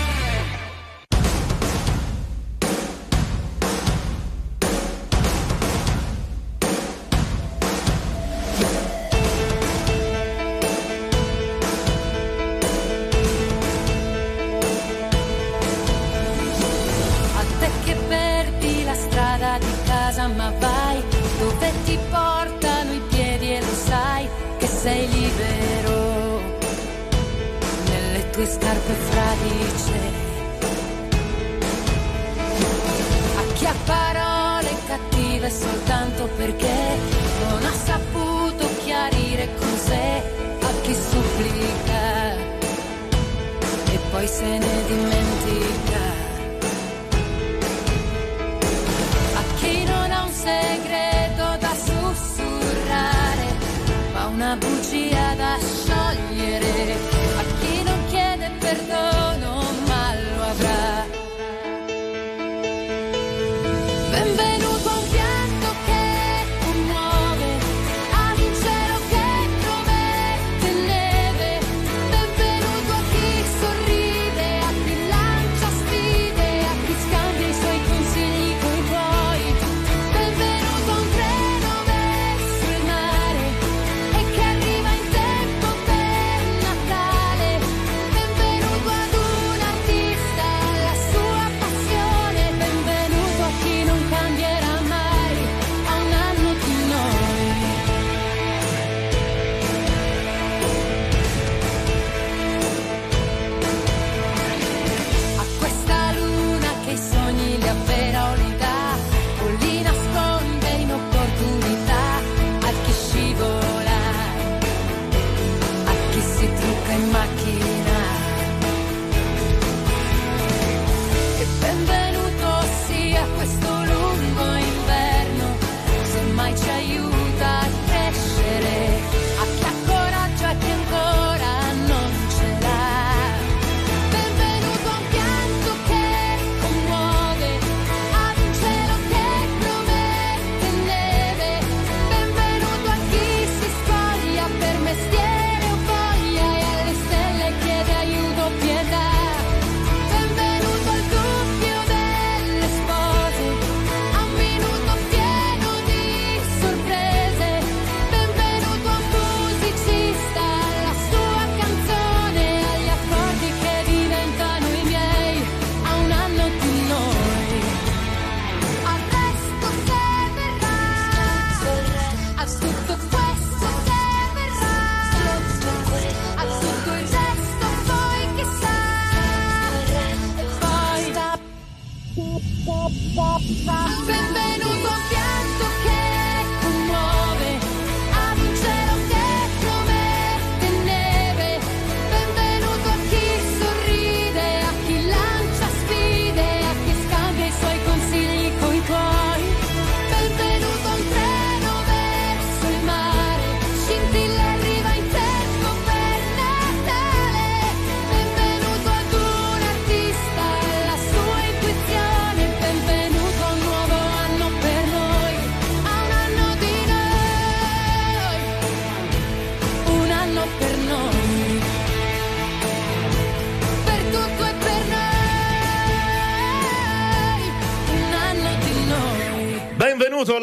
A te che perdi la strada di casa, ma vai dove ti portano i piedi e lo sai che sei libero nelle tue scarpe fradice. A chi ha parole cattive soltanto perché non ha saputo chiarire con sé, a chi supplica e poi se ne dimentica. Chi non ha un segreto da sussurrare, ma una bugia da sciogliere. A chi non chiede perdono, ma lo avrà. Benvenuto a un pianto che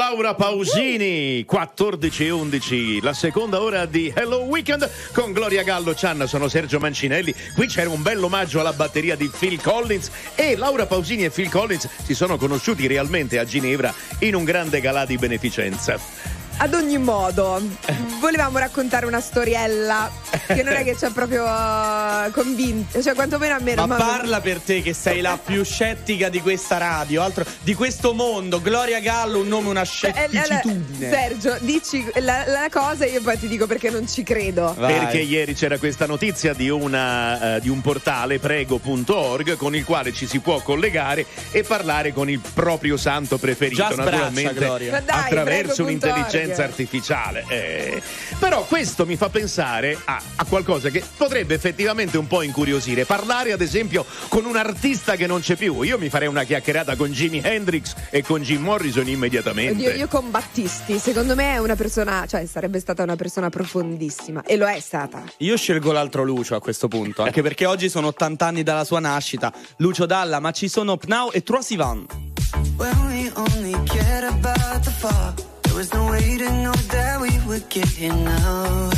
Laura Pausini, quattordici e undici, la seconda ora di Hello Weekend con Gloria Gallo, Cianna, sono Sergio Mancinelli. Qui c'era un bel omaggio alla batteria di Phil Collins e Laura Pausini e Phil Collins si sono conosciuti realmente a Ginevra in un grande galà di beneficenza. Ad ogni modo, volevamo raccontare una storiella che non è che ci ha proprio uh, convinto, cioè quantomeno a me Ma non parla per te che sei la più scettica di questa radio, altro di questo mondo. Gloria Gallo, un nome, una scetticitudine. Eh, Sergio, dici la, la cosa e io poi ti dico perché non ci credo. Vai. Perché ieri c'era questa notizia di, una, uh, di un portale, prego punto org, con il quale ci si può collegare e parlare con il proprio santo preferito. Già sbraccia, naturalmente Gloria. Dai, attraverso un'intelligenza prego. artificiale. Eh. Però questo mi fa pensare a, a qualcosa che potrebbe effettivamente un po' incuriosire. Parlare ad esempio con un artista che non c'è più. Io mi farei una chiacchierata con Jimi Hendrix e con Jim Morrison immediatamente. Io, io con Battisti, secondo me è una persona, cioè sarebbe stata una persona profondissima e lo è stata. Io scelgo l'altro Lucio a questo punto, anche perché oggi sono ottanta anni dalla sua nascita. Lucio Dalla, ma ci sono Pnau e Troy Sivan. When we only cared about the fall, there was no way to know that we would get here now.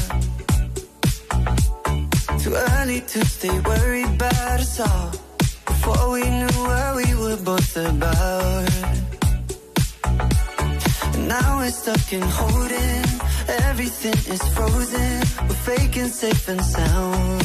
Too early to stay worried about us all, before we knew what we were both about. And now we're stuck in holding, everything is frozen, we're faking safe and sound.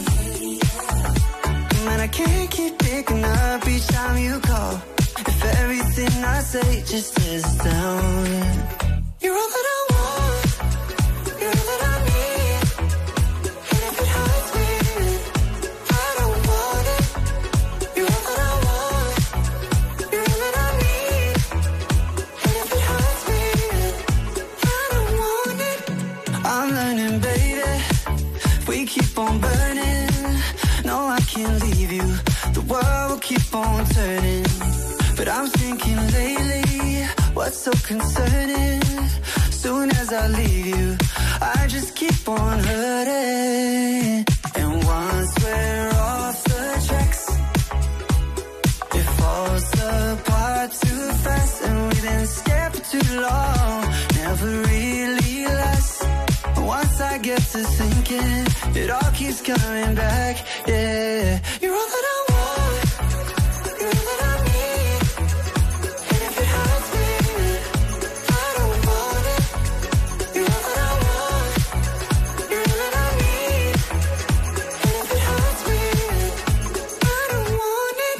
Man, I can't keep picking up each time you call, if everything I say just is down. You're all that I want, you're all that I need, and if it hurts me, I don't want it. You're all that I want, you're all that I need, and if it hurts me, I don't want it. I'm learning, baby, we keep on burning. No, I can't leave you, the world will keep on turning. But I'm thinking lately, what's so concerning? Soon as I leave you, I just keep on hurting. And once we're off the tracks, it falls apart too fast. And we've been scared for too long, never really lasts. Once I get to thinking, it all keeps coming back, yeah. You're all that I want, you're all that I need, and if it hurts me, I don't want it. You're all that I want, you're all that I need, and if it hurts me, I don't want it.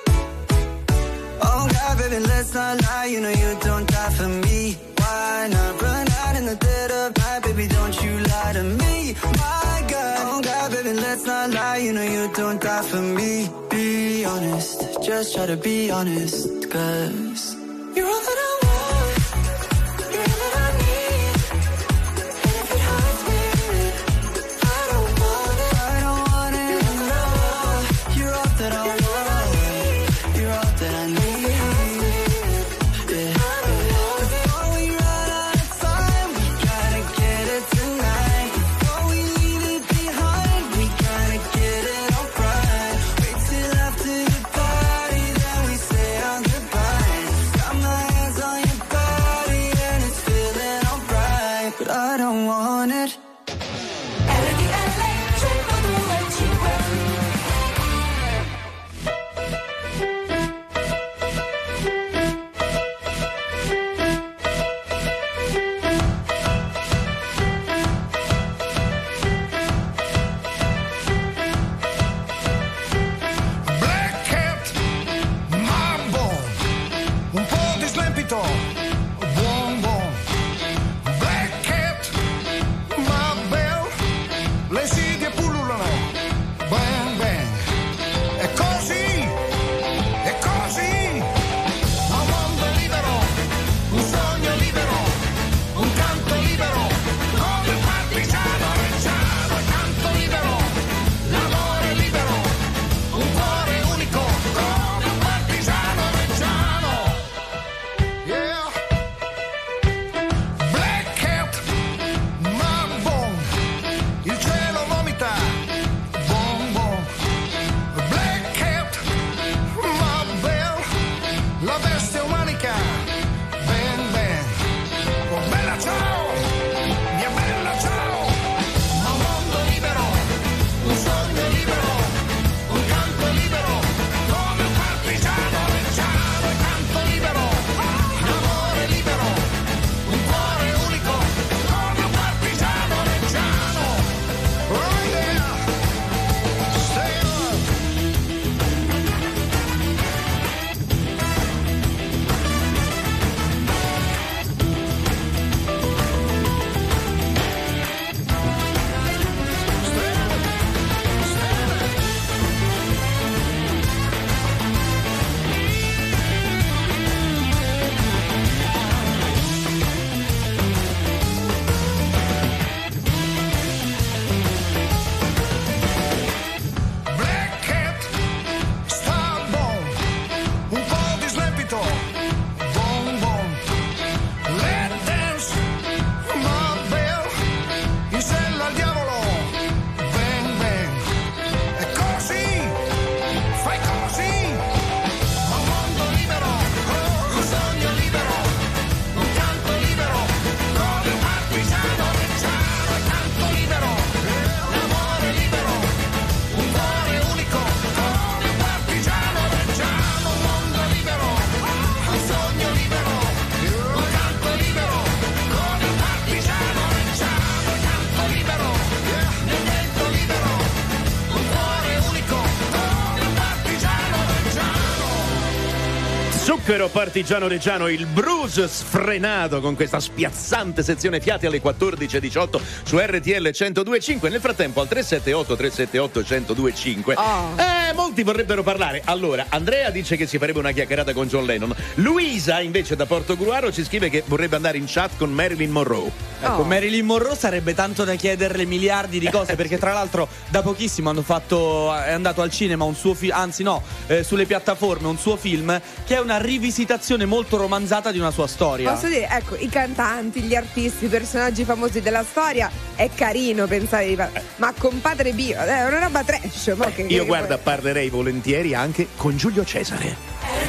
Oh God, baby, let's not lie, you know you don't die for me. Why not run out in the dead of night, baby, don't you lie to me. My God, oh God, baby, let's not lie, you know you don't die for me. Be honest, just try to be honest, cause you're all that I want, you're all that I need, and if it hurts me, I don't want it, I don't want it, you're all that I want, you're all that I need. Zucchero partigiano reggiano, il blues sfrenato con questa spiazzante sezione fiati alle quattordici e diciotto su R T L centodue e cinque. Nel frattempo al tre sette otto tre sette otto uno zero due cinque Oh. eh, molti vorrebbero parlare. Allora, Andrea dice che si farebbe una chiacchierata con John Lennon. Luisa invece da Portogruaro ci scrive che vorrebbe andare in chat con Marilyn Monroe. Ecco, Oh. Marilyn Monroe sarebbe tanto da chiederle miliardi di cose, perché tra l'altro da pochissimo hanno fatto, è andato al cinema un suo film, anzi no, eh, sulle piattaforme un suo film che è una rivisitazione molto romanzata di una sua storia. Posso dire, ecco, i cantanti, gli artisti, i personaggi famosi della storia, è carino pensare di par- ma con Padre Pio è una roba trash. Ma che, Io che guarda, poi- parlerei volentieri anche con Giulio Cesare.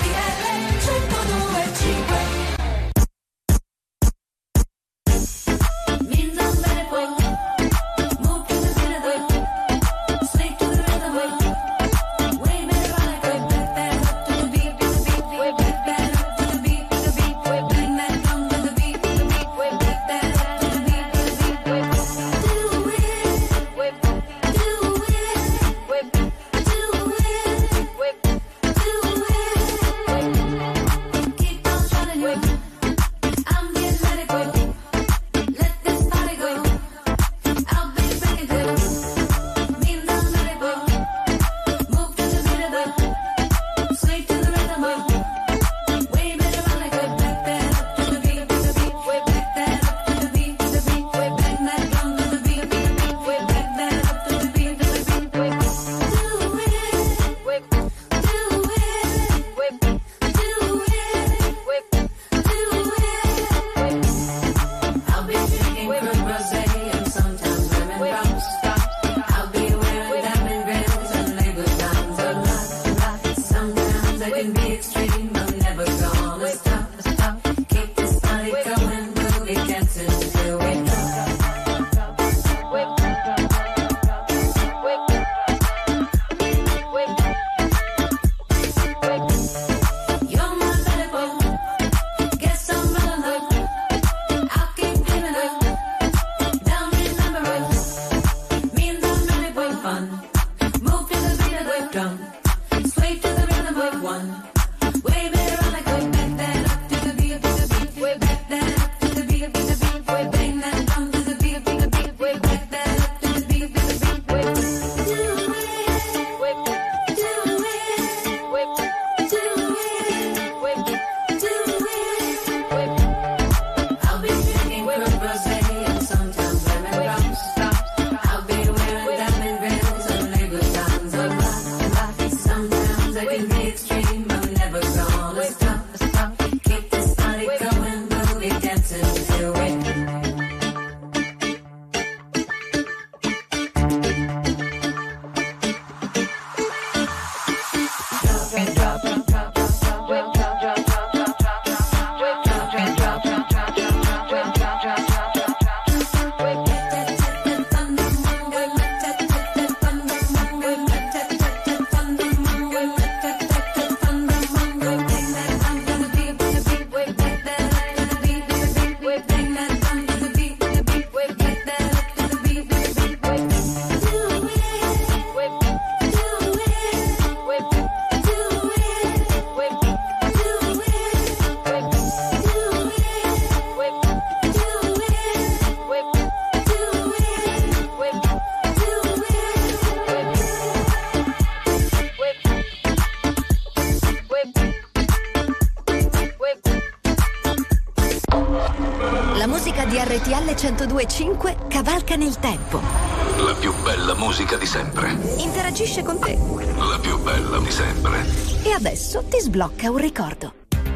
R T L centodue e cinque cavalca nel tempo. La più bella musica di sempre. Interagisce con te. La più bella di sempre. E adesso ti sblocca un ricordo.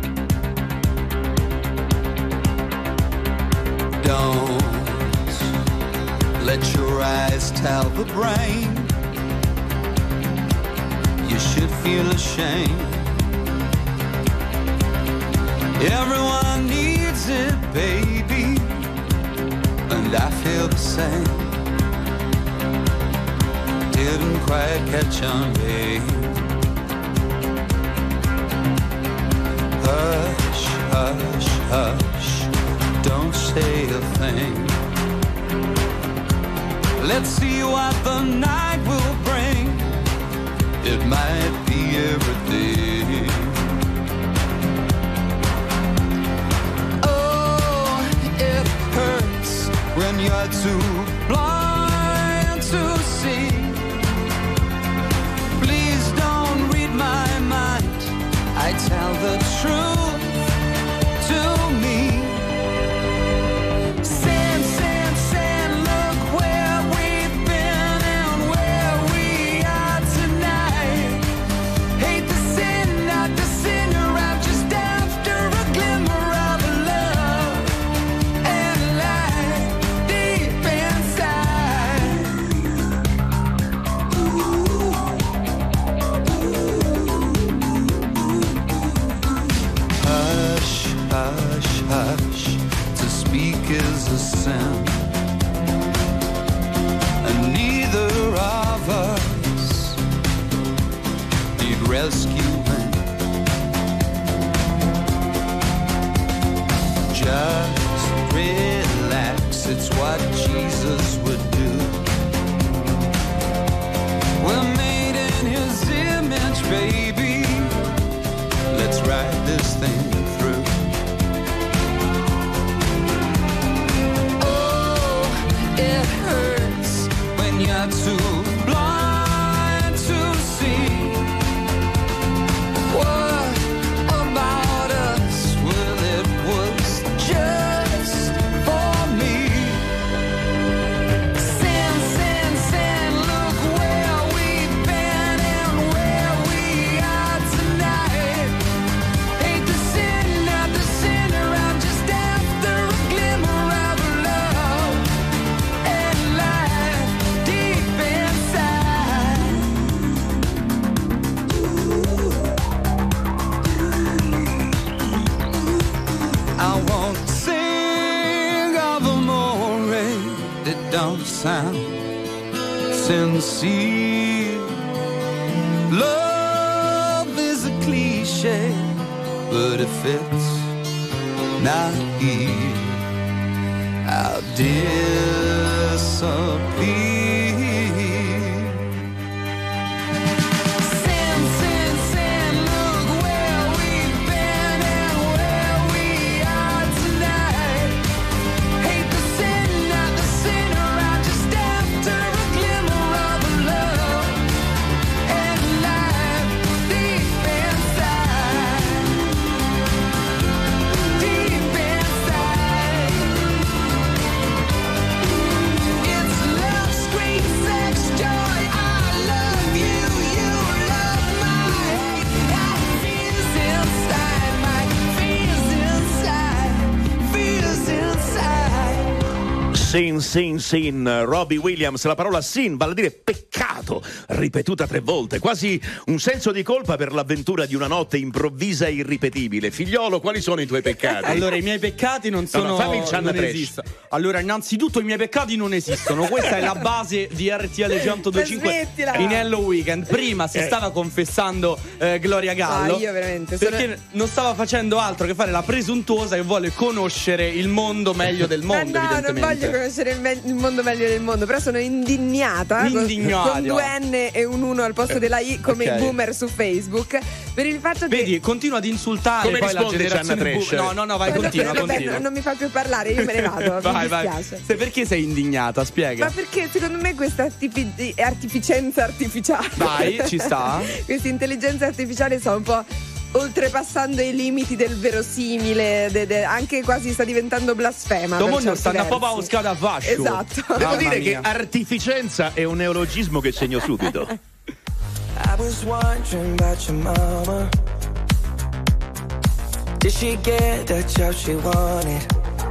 Don't let your eyes tell the brain you should feel ashamed. Everyone needs it, baby, and I feel the same. Didn't quite catch on, babe. Hush, hush, hush, don't say a thing. Let's see what the night will bring. It might be everything. when you're too blind to see. Please don't read my mind, I tell the truth to me. Sand, sand, sand, look where we've been and where we are tonight. Hate the sin, not the sinner, I'm just after a glimmer of love and light deep inside. Hush, hush, hush, to speak is a sin, and neither of us need rescuing. Just relax, it's what Jesus would do. We're made in his image, baby. Let's ride this thing through. Oh, it hurts when you're too blind to see. What about us? Well, it was just for me. Sin, sin, sin, look where we've been and where we are tonight. Ain't the sin, not the sinner, I'm just after a glimmer of love and light deep inside. I won't sing of amore that don't sound sincere. Love is a cliche, but if it's not here, I'll disappear. Sin, sin, sin, look where we've been and where we are tonight. Hate the sin, not the sinner, I'm just after a glimmer of love and light deep inside. Deep inside. It's love, scream, sex, joy. I love you, you love my hate. Feels inside, my feels inside, feels inside. Sin, sin, sin, Robbie Williams. La parola sin vale a dire peccato, ripetuta tre volte, quasi un senso di colpa per l'avventura di una notte improvvisa e irripetibile. Figliolo, quali sono i tuoi peccati? Allora, i miei peccati non sono. no, fammi il Cianna non Trash. esistono. Allora, innanzitutto i miei peccati non esistono. Questa è la base di R T L centodue e cinque Smettila. in Hello Weekend. Prima si Eh. stava confessando eh, Gloria Gallo. Ah, io veramente sono- Perché non stava facendo altro che fare la presuntuosa che vuole conoscere il mondo meglio del Ma mondo, no, non evidentemente. voglio conoscere il, me- il mondo meglio del mondo, però sono indignata con- Indignata. con due N e un uno al posto della I come ok. i boomer su Facebook per il fatto che Vedi, continua ad insultare Come poi la risponde generazione Gianna bu- Trash? No, no, no, vai, Vabbè, continua, vabbè, continua. non mi fa più parlare, io me ne vado, vai, mi vai. dispiace. Se perché sei indignata? Spiega. Ma perché secondo me questa artifi- artificenza artificiale Vai, ci sta. questa intelligenza artificiale sta un po' oltrepassando i limiti del verosimile, de- de- anche quasi sta diventando blasfema. per Domo certi stanno a versi. proprio a scada a vascio. Esatto. Devo Mamma dire mia. che artificenza è un neologismo che segno subito. I was wondering about your mama. Did she get the job she wanted?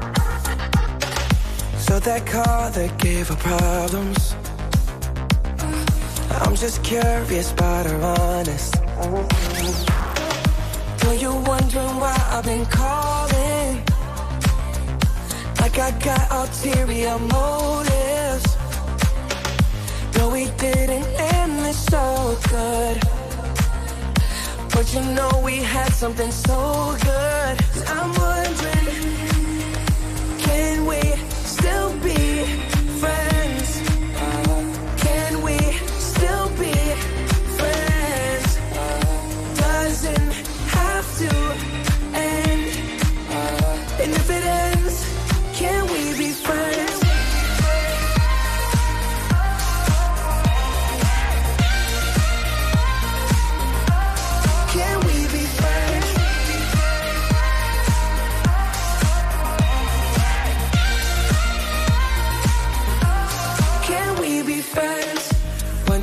So that car that gave her problems. I'm just curious about her honest. Though you're wondering why I've been calling, like I got ulterior motives. Though we didn't end this so good, but you know we had something so good. I'm wondering, can we still be friends? Can we still be friends? Doesn't have to end. And if it ends, can we be friends?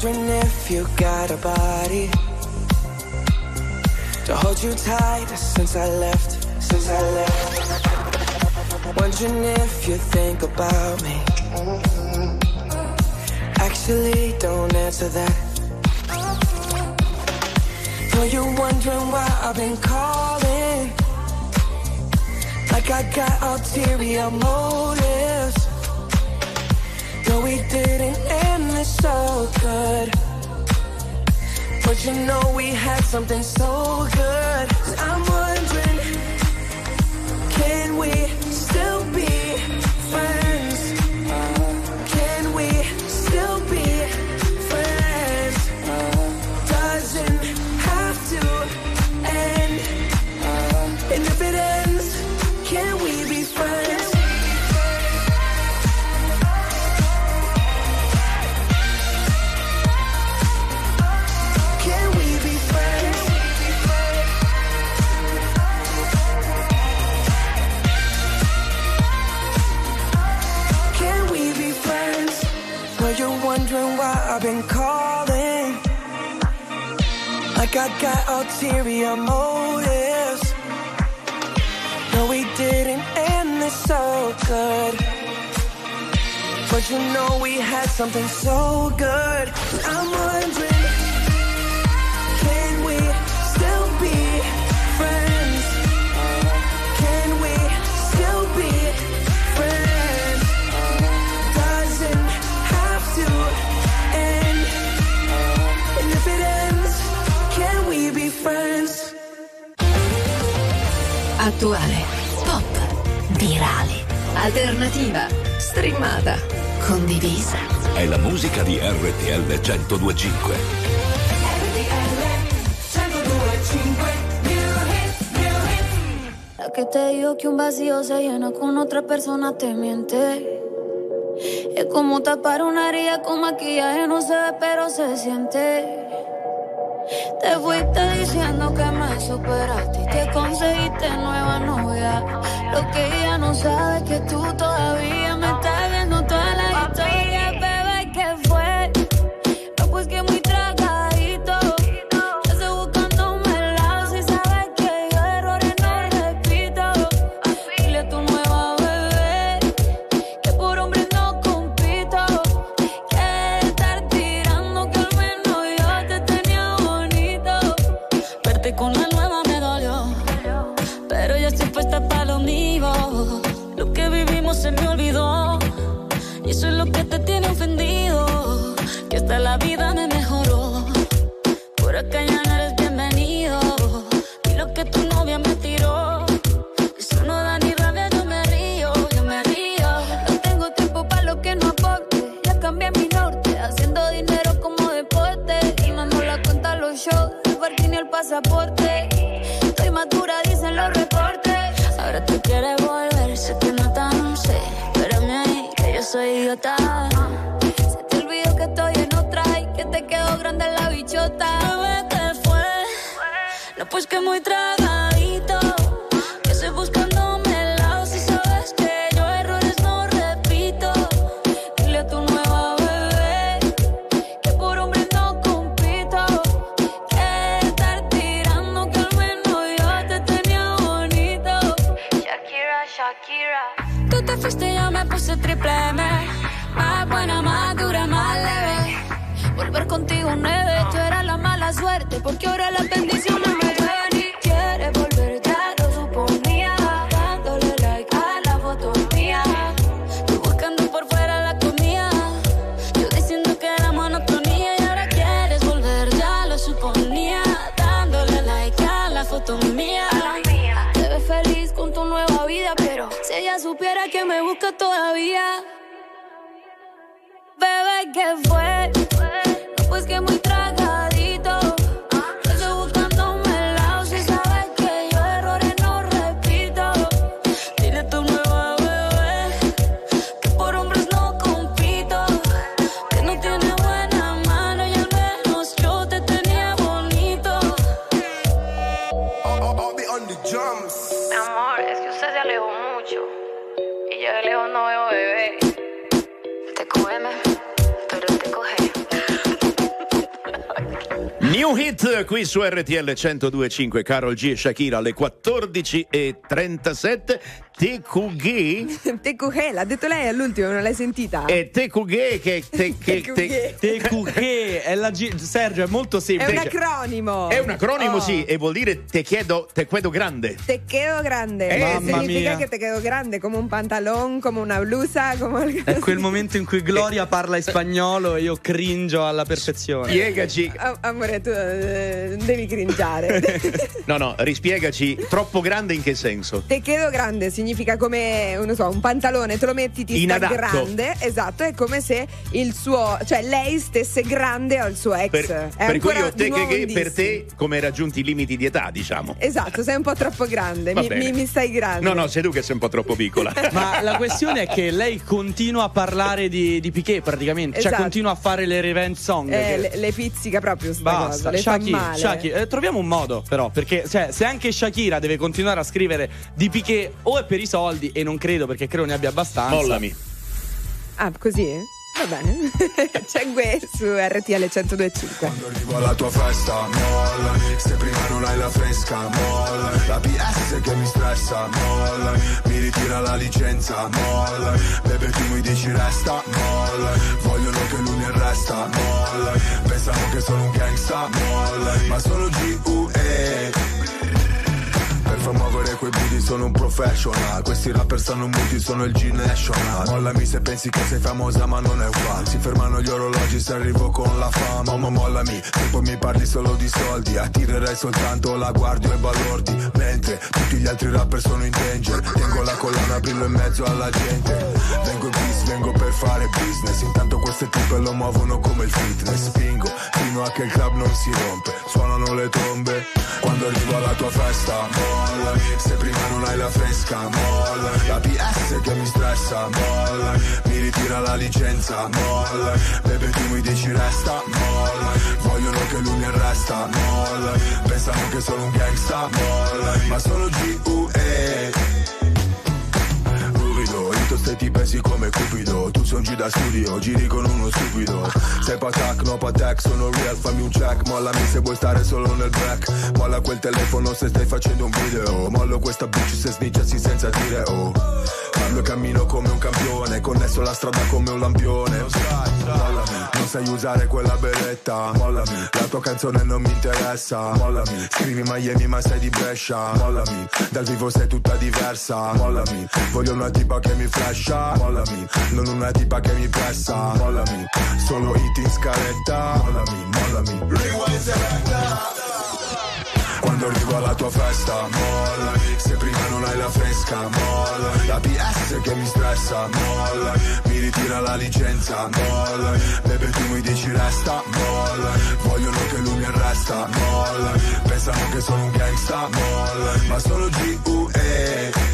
wondering if you got a body to hold you tight since I left, since I left. Wondering if you think about me. Actually, don't answer that. Know you're wondering why I've been calling, like I got ulterior motives. No, we didn't end this so good, but you know we had something so good. I'm wondering, can we still be friends? Can we still be friends? Doesn't have to end. And if it ends, can we be friends? Can we be friends? Can we be friends? Know you're wondering why I've been calling, like I got ulterior motives. No, we didn't end this so good, but you know we had something so good. I'm wondering, can we still be friends? Can we still be friends? Doesn't have to end. And if it ends, can we be friends? Attuale, pop, virale, alternativa, streamata, condivisa. È la musica di R T L centodue e cinque. La que te dijo que un vacío se llena con otra persona te miente. Es como tapar una herida con maquillaje, no se ve pero se siente. Te fuiste diciendo que me superaste y que conseguiste nueva novia. Lo que ella no sabe es que tú todavía me estás viendo toda la historia. Bebé, ¿qué fue? No, pues que muy tragadito. Yo estoy buscándome el lado. Si sabes que yo errores no repito. Dile a tu nueva bebé que por hombres no compito. Que estar tirando que al menos yo te tenía bonito. Verte con la nueva me dolió, pero ya estoy puesta para lo mío. Lo que vivimos se me olvidó, y eso es lo que te tiene ofendido. Que hasta la vida me mejoró. Por acá ya no eres bienvenido. Y lo que tu novia me tiró, eso no da ni rabia, yo me río, yo me río. No tengo tiempo para lo que no aporte. Ya cambié mi norte, haciendo dinero como deporte. Y no nos la cuenta los shows, el parking y el pasaporte. Estoy madura, dicen los reportes. Ahora tú quieres volver, sé que no tan sé. Espérame ahí, que yo soy idiota. Se te olvidó que estoy en otra y que te quedó grande la bichota. Bebé, ¿qué fue? No, pues que muy tragadito. Que estoy buscándome el lado. Si sabes que yo errores no repito. Dile a tu nueva bebé que por hombres no compito. Que estar tirando que al menos yo te tenía bonito. Shakira, Shakira. Tú te fuiste y yo me puse triple M. Más buena, más dura, más leve. Volver contigo nueve. Tú eras la mala suerte, porque ahora las bendiciones me llueven. Y quieres volver, ya lo suponía. Dándole like a la foto mía. Tú buscando por fuera la comida. Yo diciendo que era monotonía. Y ahora quieres volver, ya lo suponía. Dándole like a la foto mía. Te ves feliz con tu nueva vida, pero si ella supiera que me busca todavía. Bebé, ¿qué fue? No, pues que muy tragadito. Yo estoy buscándome el lado. Si sabes que yo errores no repito. Dile a tu nueva bebé que por hombres no compito. Que no tiene buena mano y al menos yo te tenía bonito. Mi amor, es que usted se alejó mucho y yo de lejos no veo bebé. Te come, pero te coge New hit qui su R T L centodue e cinque, Karol G e Shakira alle quattordici e trentasette. T Q G T Q G, l'ha detto lei all'ultimo, non l'hai sentita? E T Q G che te, che, te, T Q G è la G, Sergio, è molto È semplice. un acronimo. È un acronimo, Oh. sì, e vuol dire te chiedo, te chiedo grande. Te quedo grande. Eh, Che mamma significa mia. che te quedo grande come un pantalon, come una blusa, come È quel momento in cui Gloria parla in spagnolo e io cringio alla perfezione. Spiegaci. Ah, amore, tu eh, devi cringiare. No, no, rispiegaci. Troppo grande in che senso? Te chiedo grande significa come, non so, un pantalone, te lo metti, ti sta Inadatto. grande. Esatto, è come se il suo, cioè lei stesse grande al suo ex. Per, è per cui ancora io te di nuovo che, un che per diss. te come hai raggiunti i limiti di età, diciamo. Esatto, sei un po' troppo grande, Va mi, bene. mi, mi stai grande. No, no, sei tu che sei un po' troppo piccola. Ma la questione è che lei continua a parlare di, di Piqué praticamente, Esatto. cioè continua a fare le revenge song. Eh, che- le, le pizzica proprio sta Basta, cosa, le Shaki, fa male. Shaki, eh, troviamo un modo però, perché cioè, se anche Shakira deve continuare a scrivere di Piqué o è per i soldi, e non credo perché credo ne abbia abbastanza. Mollami. Ah, così? Va bene. C'è Gue su R T L centodue e cinque. Arrivo alla tua festa, molla. Se prima non hai la fresca, molla. La P S che mi stressa, molla. Mi ritira la licenza, molla. Bebe tu mi dici resta, molla. Vogliono che lui mi arresta, molla. Pensano che sono un gangsta, molla. Ma sono G U E. Per far muovere quei booty sono un professional. Questi rapper stanno muti, sono il G-National. Mollami se pensi che sei famosa ma non è uguale. Si fermano gli orologi se arrivo con la fama. Mamma mollami, se poi mi parli solo di soldi. Attirerei soltanto la guardia e balordi. Mentre tutti gli altri rapper sono in danger. Tengo la collana, brillo in mezzo alla gente. Vengo in peace, vengo per fare business. Intanto queste tipe lo muovono come il fitness. Spingo fino a che il club non si rompe. Suonano le trombe quando arrivo alla tua festa, molla. Se prima non hai la fresca, molla. La P S che mi stressa, molla. Mi ritira la licenza, molla. Bebe tu mi dici resta, molla. Vogliono che lui mi arresta, molla. Pensano che sono un gangsta, molla. Ma sono G U E. Io ste ti pensi come Cupido. Tu sei un G da studio, giri con uno stupido. Sei patak, no patak, sono real, fammi un check. Mollami se vuoi stare solo nel black. Molla quel telefono se stai facendo un video. Mollo questa bitch se snitchassi senza dire oh. Parlo e cammino come un campione, connesso la strada come un lampione. Mollami, non sai usare quella beretta. Mollami, la tua canzone non mi interessa. Mollami, scrivi Miami ma sei di Brescia. Mollami, dal vivo sei tutta diversa. Mollami, voglio una tipa che mi flasha. Mollami, non una tipa che mi pressa. Mollami, solo hit in scaletta. Mollami, mollami. Rewind selecta. Quando arrivo alla tua festa, molla. Se prima non hai la fresca, molla. La P S che mi stressa, molla. Mi ritira la licenza, molla. Bebe tu mi dici resta, molla. Vogliono che lui mi arresta, molla. Pensano che sono un gangsta, molla. Ma sono G U E.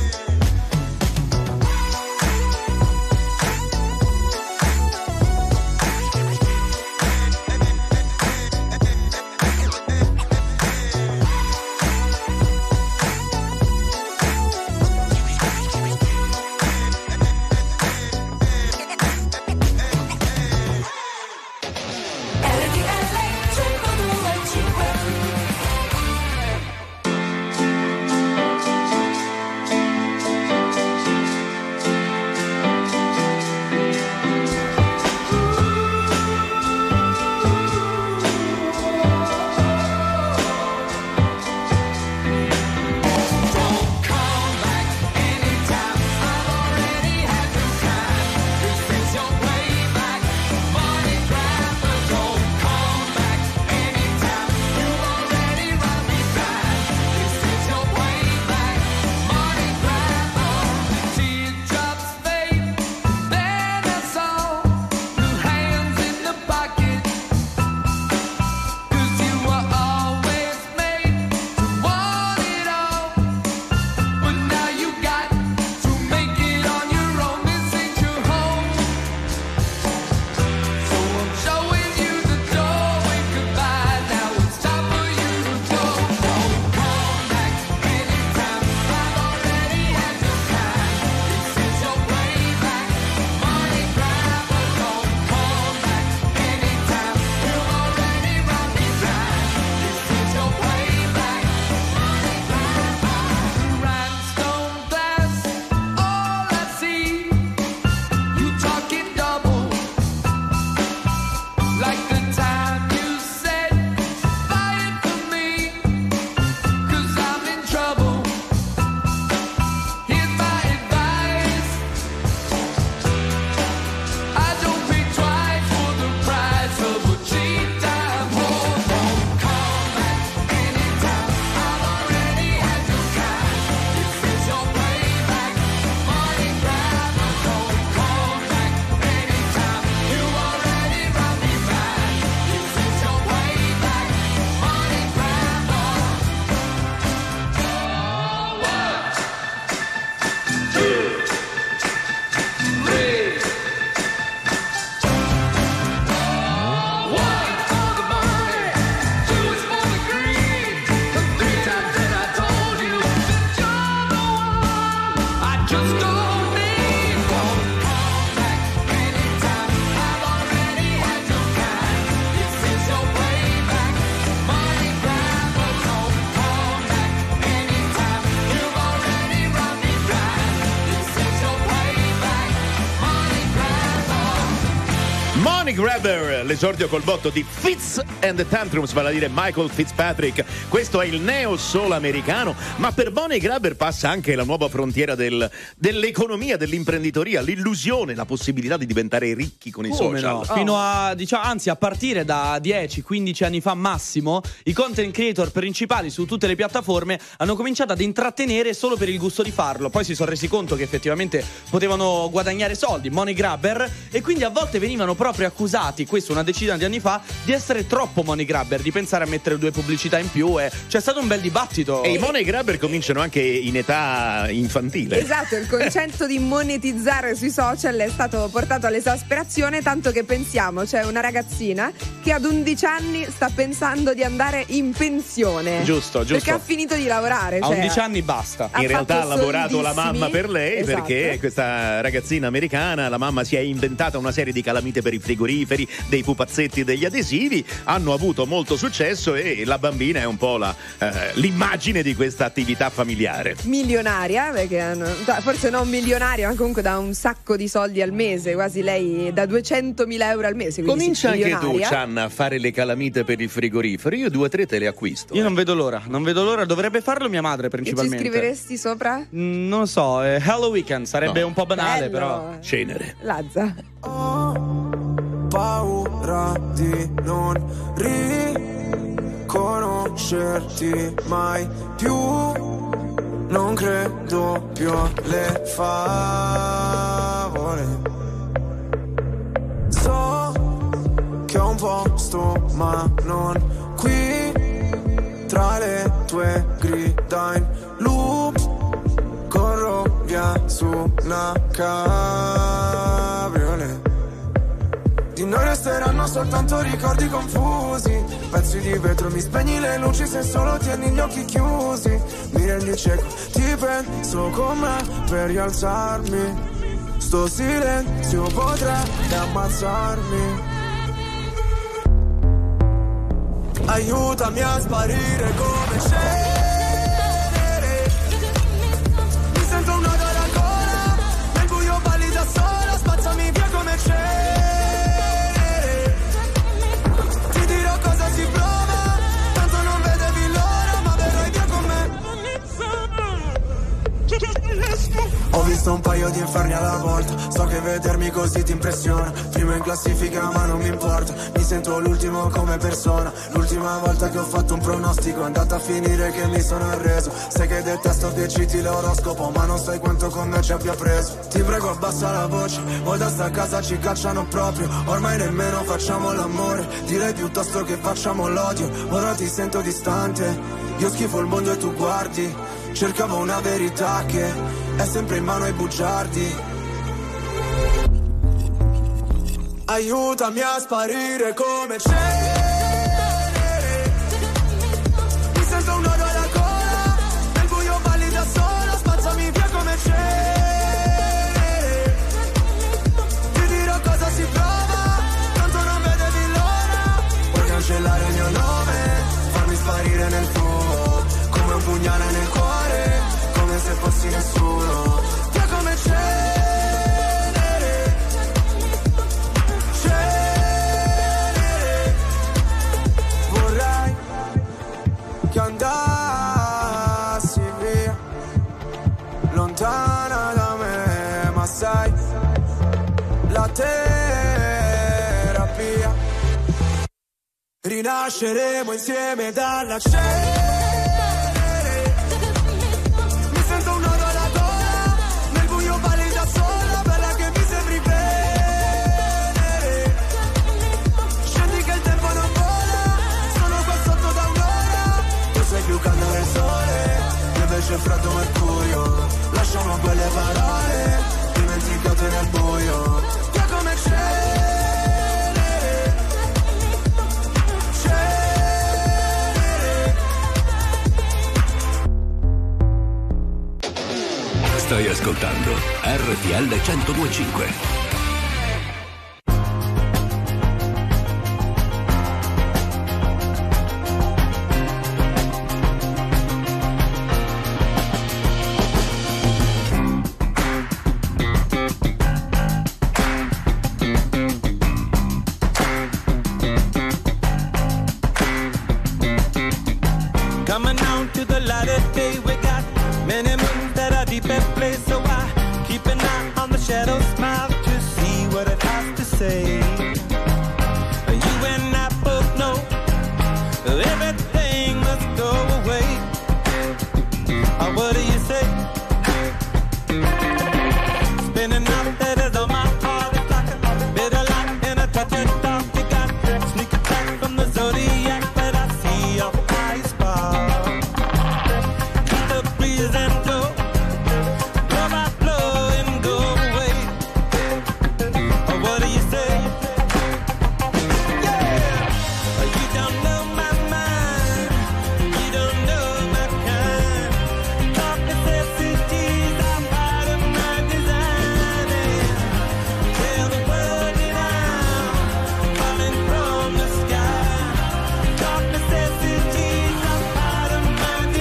Grabber, l'esordio col botto di Fitz and the Tantrums, vale a dire Michael Fitzpatrick. Questo è il neo soul americano, ma per Bonnie Grabber passa anche la nuova frontiera del, dell'economia, dell'imprenditoria, l'illusione, la possibilità di diventare ricchi con i Come social. no? Oh. Fino a, diciamo, anzi, a partire da dieci quindici anni fa massimo, i content creator principali su tutte le piattaforme hanno cominciato ad intrattenere solo per il gusto di farlo. Poi si sono resi conto che effettivamente potevano guadagnare soldi, money grabber, e quindi a volte venivano proprio accusati, questo una decina di anni fa, di essere troppo money grabber, di pensare a mettere due pubblicità in più, e c'è stato un bel dibattito. E i money grabber cominciano anche in età infantile. Esatto, il concetto di monetizzare sui social è stato portato all'esasperazione, tanto che pensiamo, c'è una ragazzina che ad undici anni sta pensando di andare in pensione. Giusto, giusto. Perché ha finito di lavorare. A cioè, undici anni basta. ha In realtà ha fatto lavorato la soldissimi. mamma per lei, Esatto. perché questa ragazzina americana, la mamma si è inventata una serie di calamite per i frigoriferi, dei pupazzetti, degli adesivi, hanno avuto molto successo e la bambina è un po' la, eh, l'immagine di questa attività familiare. Milionaria, perché hanno, forse non milionaria, ma comunque da un sacco di soldi al mese, quasi lei da duecentomila euro al mese. Comincia sì, anche tu, milionaria. Cianna, a fare le calamite per il frigorifero. Io due o tre te le acquisto. Io non vedo l'ora, non vedo l'ora, dovrebbe farlo mia madre E ci principalmente. scriveresti sopra? Mm, non lo so, eh, Hello Weekend sarebbe No. un po' banale, Bello. però. Cenere. Lazza. Paura di non riconoscerti mai più. Non credo più alle favole. So che ho un posto ma non qui. Tra le tue grida in loop corro via su una cabriolet. Di noi resteranno soltanto ricordi confusi, pezzi di vetro, mi spegni le luci se solo tieni gli occhi chiusi. Mi rendi cieco, ti penso con me per rialzarmi. Sto silenzio potrebbe ammazzarmi. Aiutami a sparire come cenere. Mi sento un nodo alla gola, nel buio balli da sola, spazzami via come cenere. Ti dirò cosa si prova, tanto non vedevi l'ora, ma verrai via con me. Ho visto un paio di inferni alla volta, so che vedermi così ti impressiona. Primo in classifica ma non mi importa, mi sento l'ultimo come persona. L'ultima volta che ho fatto un pronostico è andata a finire che mi sono arreso. Sai che detesto che citi l'oroscopo, ma non sai quanto con me ci abbia preso. Ti prego abbassa la voce, o da sta casa ci cacciano proprio. Ormai nemmeno facciamo l'amore, direi piuttosto che facciamo l'odio. Ora ti sento distante, io schifo il mondo e tu guardi. Cercavo una verità che è sempre in mano ai bugiardi. Aiutami a sparire come cenere. Mi sento un nodo alla gola, nel buio balli da sola, spazzami via come cenere. Ti dirò cosa si prova, tanto non vedevi l'ora. Puoi cancellare il mio nome, farmi sparire nel fuoco, come un pugnale nel cuore, come se fossi nessuno. Via come cenere. Che andassi via, lontana da me, ma sai, la terapia. Rinasceremo insieme dalla cenere. Mi sento un nodo alla gola, nel buio balli da sola, bella che mi sembri venere. Scendi che il tempo non vola, sono qua sotto da un'ora. Tu sei più caldo del sole, io invece freddo mercurio. Lasciamo quelle parole dimenticate nel buio. Via come cenere, cenere. Stai ascoltando R T L centodue e cinque. Coming on to the light of day, we got many moons that are deep at play. So I keep an eye on the shadow smile to see what it has to say. You and I both know everything must go away. Oh, what do you say? Spinning out letters on my heart, it's like a bitter light and a touch of dark. You got sneak attack from the zodiac, but I see your eyes spark. Keep the breeze and go, blow by blow and go away. Oh, what do you say? Yeah, you don't know my mind, you don't know my kind. Talk necessities are part of my design. And tell the world that I'm falling from the sky. Talk necessities are part of my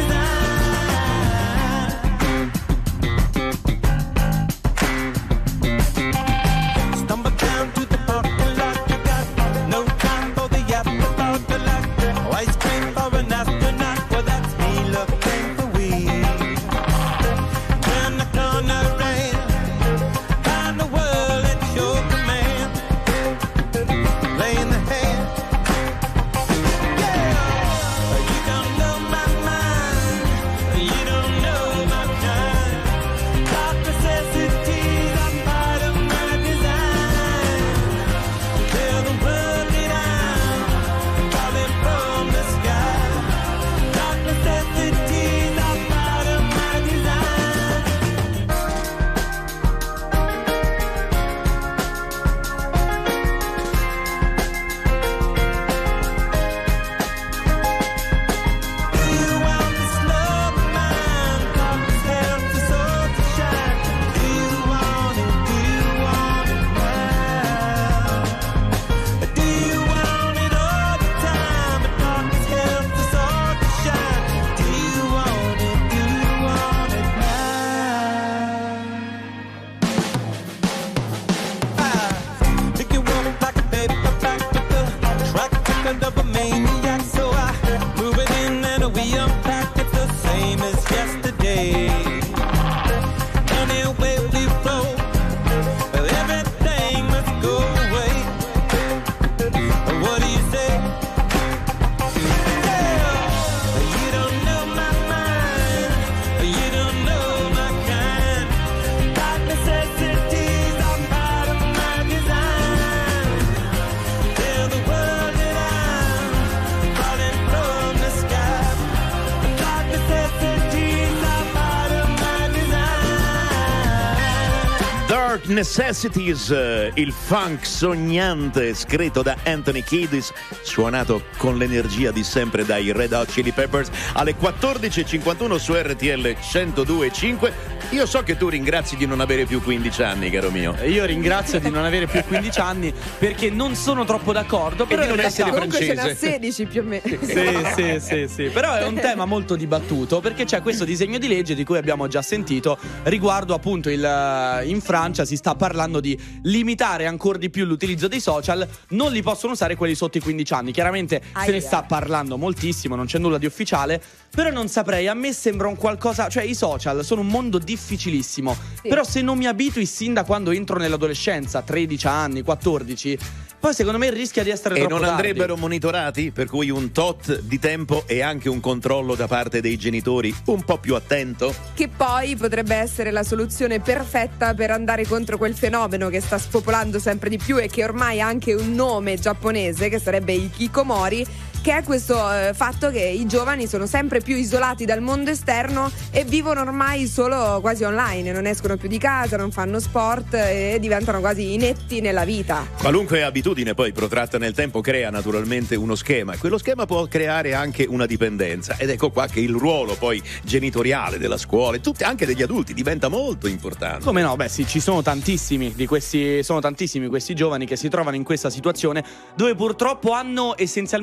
design. Stumble down to the parking lot, you got no time for the afterthought. The like ice cream for an astronaut, well that's me looking for weed. Turn the corner and find the world at your command. Playing the hand. Yeah, you don't know my mind, you don't know my kind. Dark necessities are part of my design. Tell the world that I'm falling from the sky. Dark necessities are part of my design. Do you want this love of mine? Dark as hell to soul to shine. Do you want it? Do you want it now? Do you want it all the time? Dark as hell to soul to shine. Do you want it? Do you want it now? I pick you up like a paperback with the track record of a maniac. So I move it in and we unpack it the same as yesterday. Anyway we roll, everything must go away. What do you say? Yeah, you don't know my mind, you don't know my kind. Dark necessities are part of my design. Tell the world that I'm falling from the sky. Dark necessities are part of my design. Dark Necessities, eh, il funk sognante scritto da Anthony Kiedis, suonato con l'energia di sempre dai Red Hot Chili Peppers alle quattordici e cinquantuno su R T L centodue e cinque. Io so che tu ringrazi di non avere più quindici anni, caro mio. Io ringrazio di non avere più quindici anni perché non sono troppo d'accordo. Però di non in realtà- essere Comunque ce n'ha francese. sedici più o meno. Sì, sì, sì, sì. Però è un tema molto dibattuto perché c'è questo disegno di legge di cui abbiamo già sentito riguardo appunto il in Francia si sta parlando di limitare ancora di più l'utilizzo dei social, non li possono usare quelli sotto i quindici anni. Chiaramente se ne Aia. sta parlando moltissimo, non c'è nulla di ufficiale, però non saprei, a me sembra un qualcosa, cioè i social sono un mondo difficilissimo, Sì. però se non mi abitui sin da quando entro nell'adolescenza, tredici anni, quattordici, poi secondo me rischia di essere E troppo non tardi. andrebbero monitorati, per cui un tot di tempo e anche un controllo da parte dei genitori un po' più attento. Che poi potrebbe essere la soluzione perfetta per andare contro quel fenomeno che sta spopolando sempre di più e che ormai ha anche un nome giapponese, che sarebbe il Kikomori, che è questo eh, fatto che i giovani sono sempre più isolati dal mondo esterno e vivono ormai solo quasi online, non escono più di casa, non fanno sport e diventano quasi inetti nella vita. Qualunque abitudine poi protratta nel tempo crea naturalmente uno schema e quello schema può creare anche una dipendenza, ed ecco qua che il ruolo poi genitoriale della scuola e tutti, anche degli adulti, diventa molto importante. Come no? Beh sì, ci sono tantissimi di questi, sono tantissimi questi giovani che si trovano in questa situazione dove purtroppo hanno essenzialmente, anzi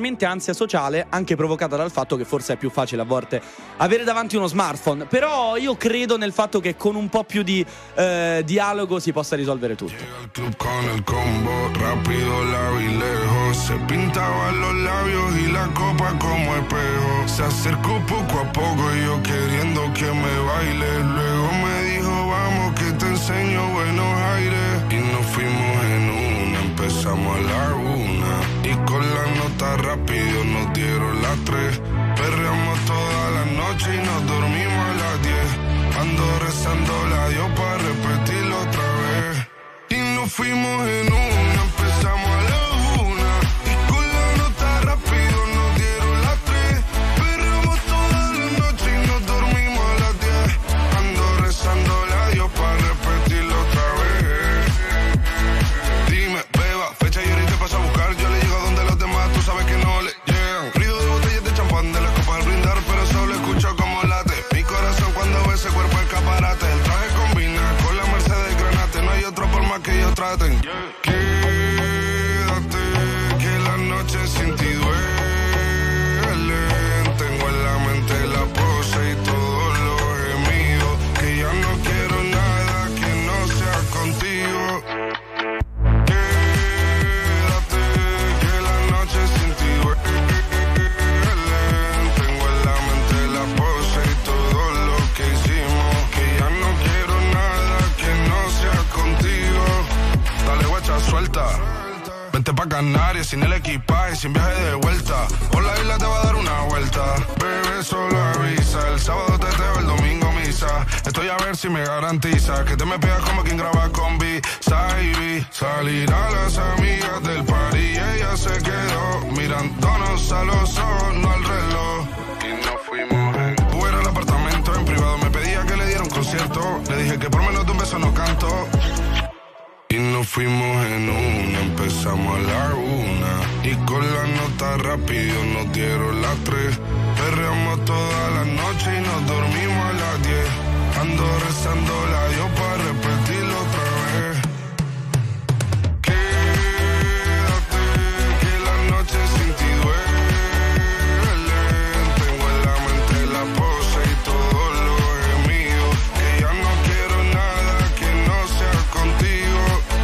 ansia sociale, anche provocata dal fatto che forse è più facile a volte avere davanti uno smartphone. Però io credo nel fatto che con un po' più di eh, dialogo si possa risolvere tutto. Al club con el combo, rápido la vi lejos. Se pintaba los labios y la copa como espejo. Se acercó poco a poco y yo queriendo que me baile. Luego me dijo vamos que te enseño buenos aires. Y nos fuimos en una, empezamos a la una. Y con la nota rápido nos dieron las tres. Perreamos toda la noche y nos dormimos a las diez. Ando rezando la Dios para repetirlo otra vez. Y nos fuimos en una, empezamos a la una. Y con la nota rápido nos dieron las tres. Perreamos toda la noche y nos dormimos a las diez. Ando rezando la Dios para repetirlo otra vez. Dime, beba, fecha y ahorita paso a buscar. Yo le llego a donde los demás, tú sabes que no le llegan. Ruido de botellas de champán, de las copas al brindar, pero solo escucho como late mi corazón cuando ve ese cuerpo escaparate. El traje combina con la Mercedes Granate. No hay otra forma que ellos traten. Quédate, que la noche sin ti duele. Tengo en la mente la pose y todos los gemidos. Que ya no quiero nada que no sea contigo. Quédate, que la noche sin ti duele. Tengo en la mente la pose y todo lo que hicimos. Que ya no quiero nada que no sea contigo. Dale guacha, suelta. Vente pa' Canarias sin el equipaje, sin viaje de vuelta. Por la isla te va a dar una vuelta. Bebé, solo avisa. El sábado teteo, el domingo misa. Estoy a ver si me garantiza que te me pegas como quien graba con B. Saibi. Salir a las amigas del party y ella se quedó mirándonos a los ojos, no al reloj. Y nos fuimos en fuera del apartamento en privado. Me pedía que le diera un concierto. Le dije que por menos de un beso no canto. Y nos fuimos en una, empezamos a la una. Y con la nota rápido nos dieron las tres. Perreamos toda la noche y nos dormimos a las diez. Ando rezando la Dios para repetirlo otra vez. Quédate, que la noche sin ti duele. Tengo en la mente la pose y todos los gemidos. Que ya no quiero nada que no sea contigo.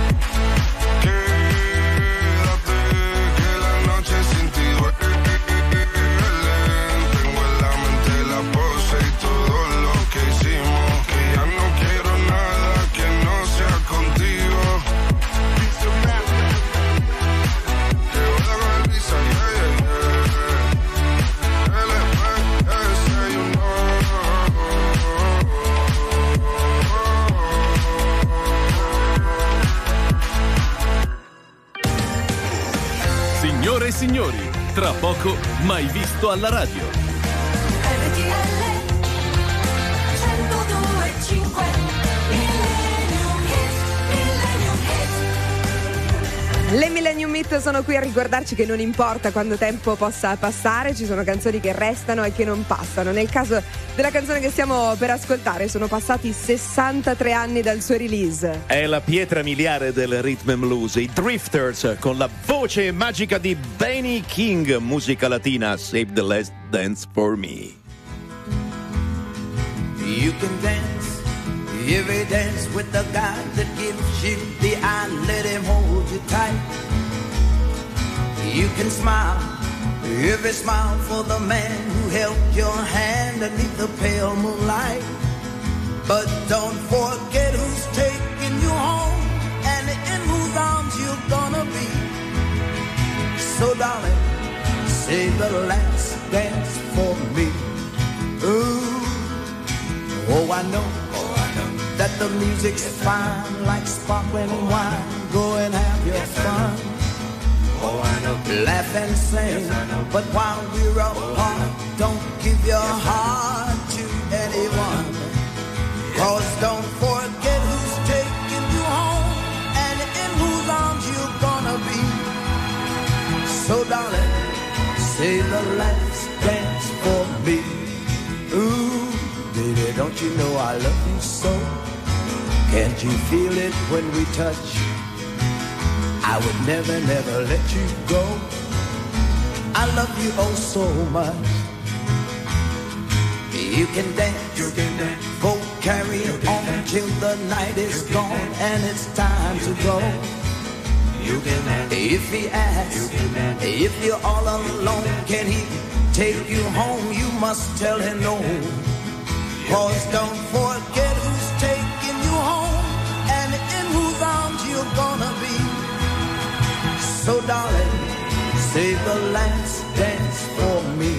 Quédate, que la noche sin ti duele. Tengo en la mente la pose y todo lo que hicimos. Que ya no quiero nada que no sea contigo. Que voy con el visa, yeah, yeah, yeah. L P S, you know. Signore e signori, tra poco mai visto alla radio. Le Millennium Hit sono qui a ricordarci che non importa quanto tempo possa passare, ci sono canzoni che restano e che non passano. Nel caso della canzone che stiamo per ascoltare sono passati sessantatré anni dal suo release. È la pietra miliare del rhythm and blues, i Drifters, con la voce magica di Benny King, musica latina, Save the Last Dance for Me. You can dance, every dance with the guy that gives you the eye, let him hold you tight. You can smile, every smile for the man who held your hand beneath the pale moonlight. But don't forget who's taking you home and in whose arms you're gonna be. So darling, save the last dance for me. Ooh. Oh, I know, oh, I know that the music's fine, like sparkling wine. Go and have your fun. Oh, I know. Laugh and sing, yes, but while we're apart, don't give your heart to anyone. Cause don't forget who's taking you home and in whose arms you're gonna be. So darling, save the last dance for me. Ooh. Baby, don't you know I love you so? Can't you feel it when we touch? I would never, never let you go. I love you oh so much. You can dance, you can dance. Go carry it on till the night is gone and it's time to go. You can dance. If he asks, you can dance. If you're all alone, can he take you home? You must tell him no. Cause don't forget who's taking you home and in whose arms you're gonna be. So darling, save the last dance for me.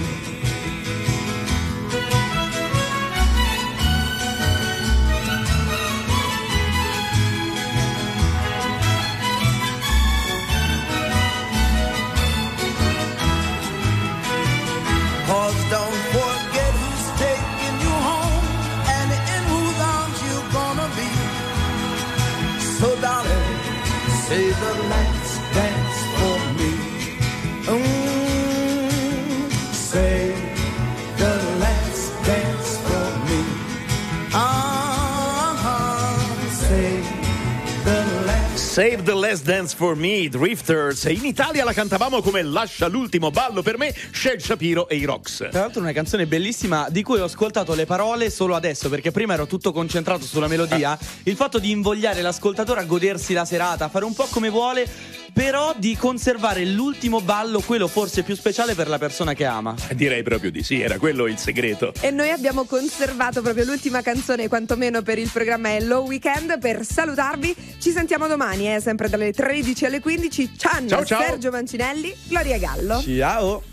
Cause don't forget who's taking you home and in whose arms you're gonna be. So darling, save the last dance for me. Mm, save the last dance for me. Uh-huh, save the last. Save the Last Dance for Me, Drifters. In Italia la cantavamo come Lascia l'ultimo ballo per me, Shel Shapiro e i Rocks. Tra l'altro una canzone bellissima di cui ho ascoltato le parole solo adesso, perché prima ero tutto concentrato sulla melodia. Ah. Il fatto di invogliare l'ascoltatore a godersi la serata, a fare un po' come vuole, però di conservare l'ultimo ballo, quello forse più speciale per la persona che ama. Direi proprio di sì, era quello il segreto. E noi abbiamo conservato proprio l'ultima canzone, quantomeno per il programma Hello Weekend, per salutarvi. Ci sentiamo domani, eh, sempre dalle tredici alle quindici. Ciao, ciao, ciao. Sergio Mancinelli, Gloria Gallo. Ciao.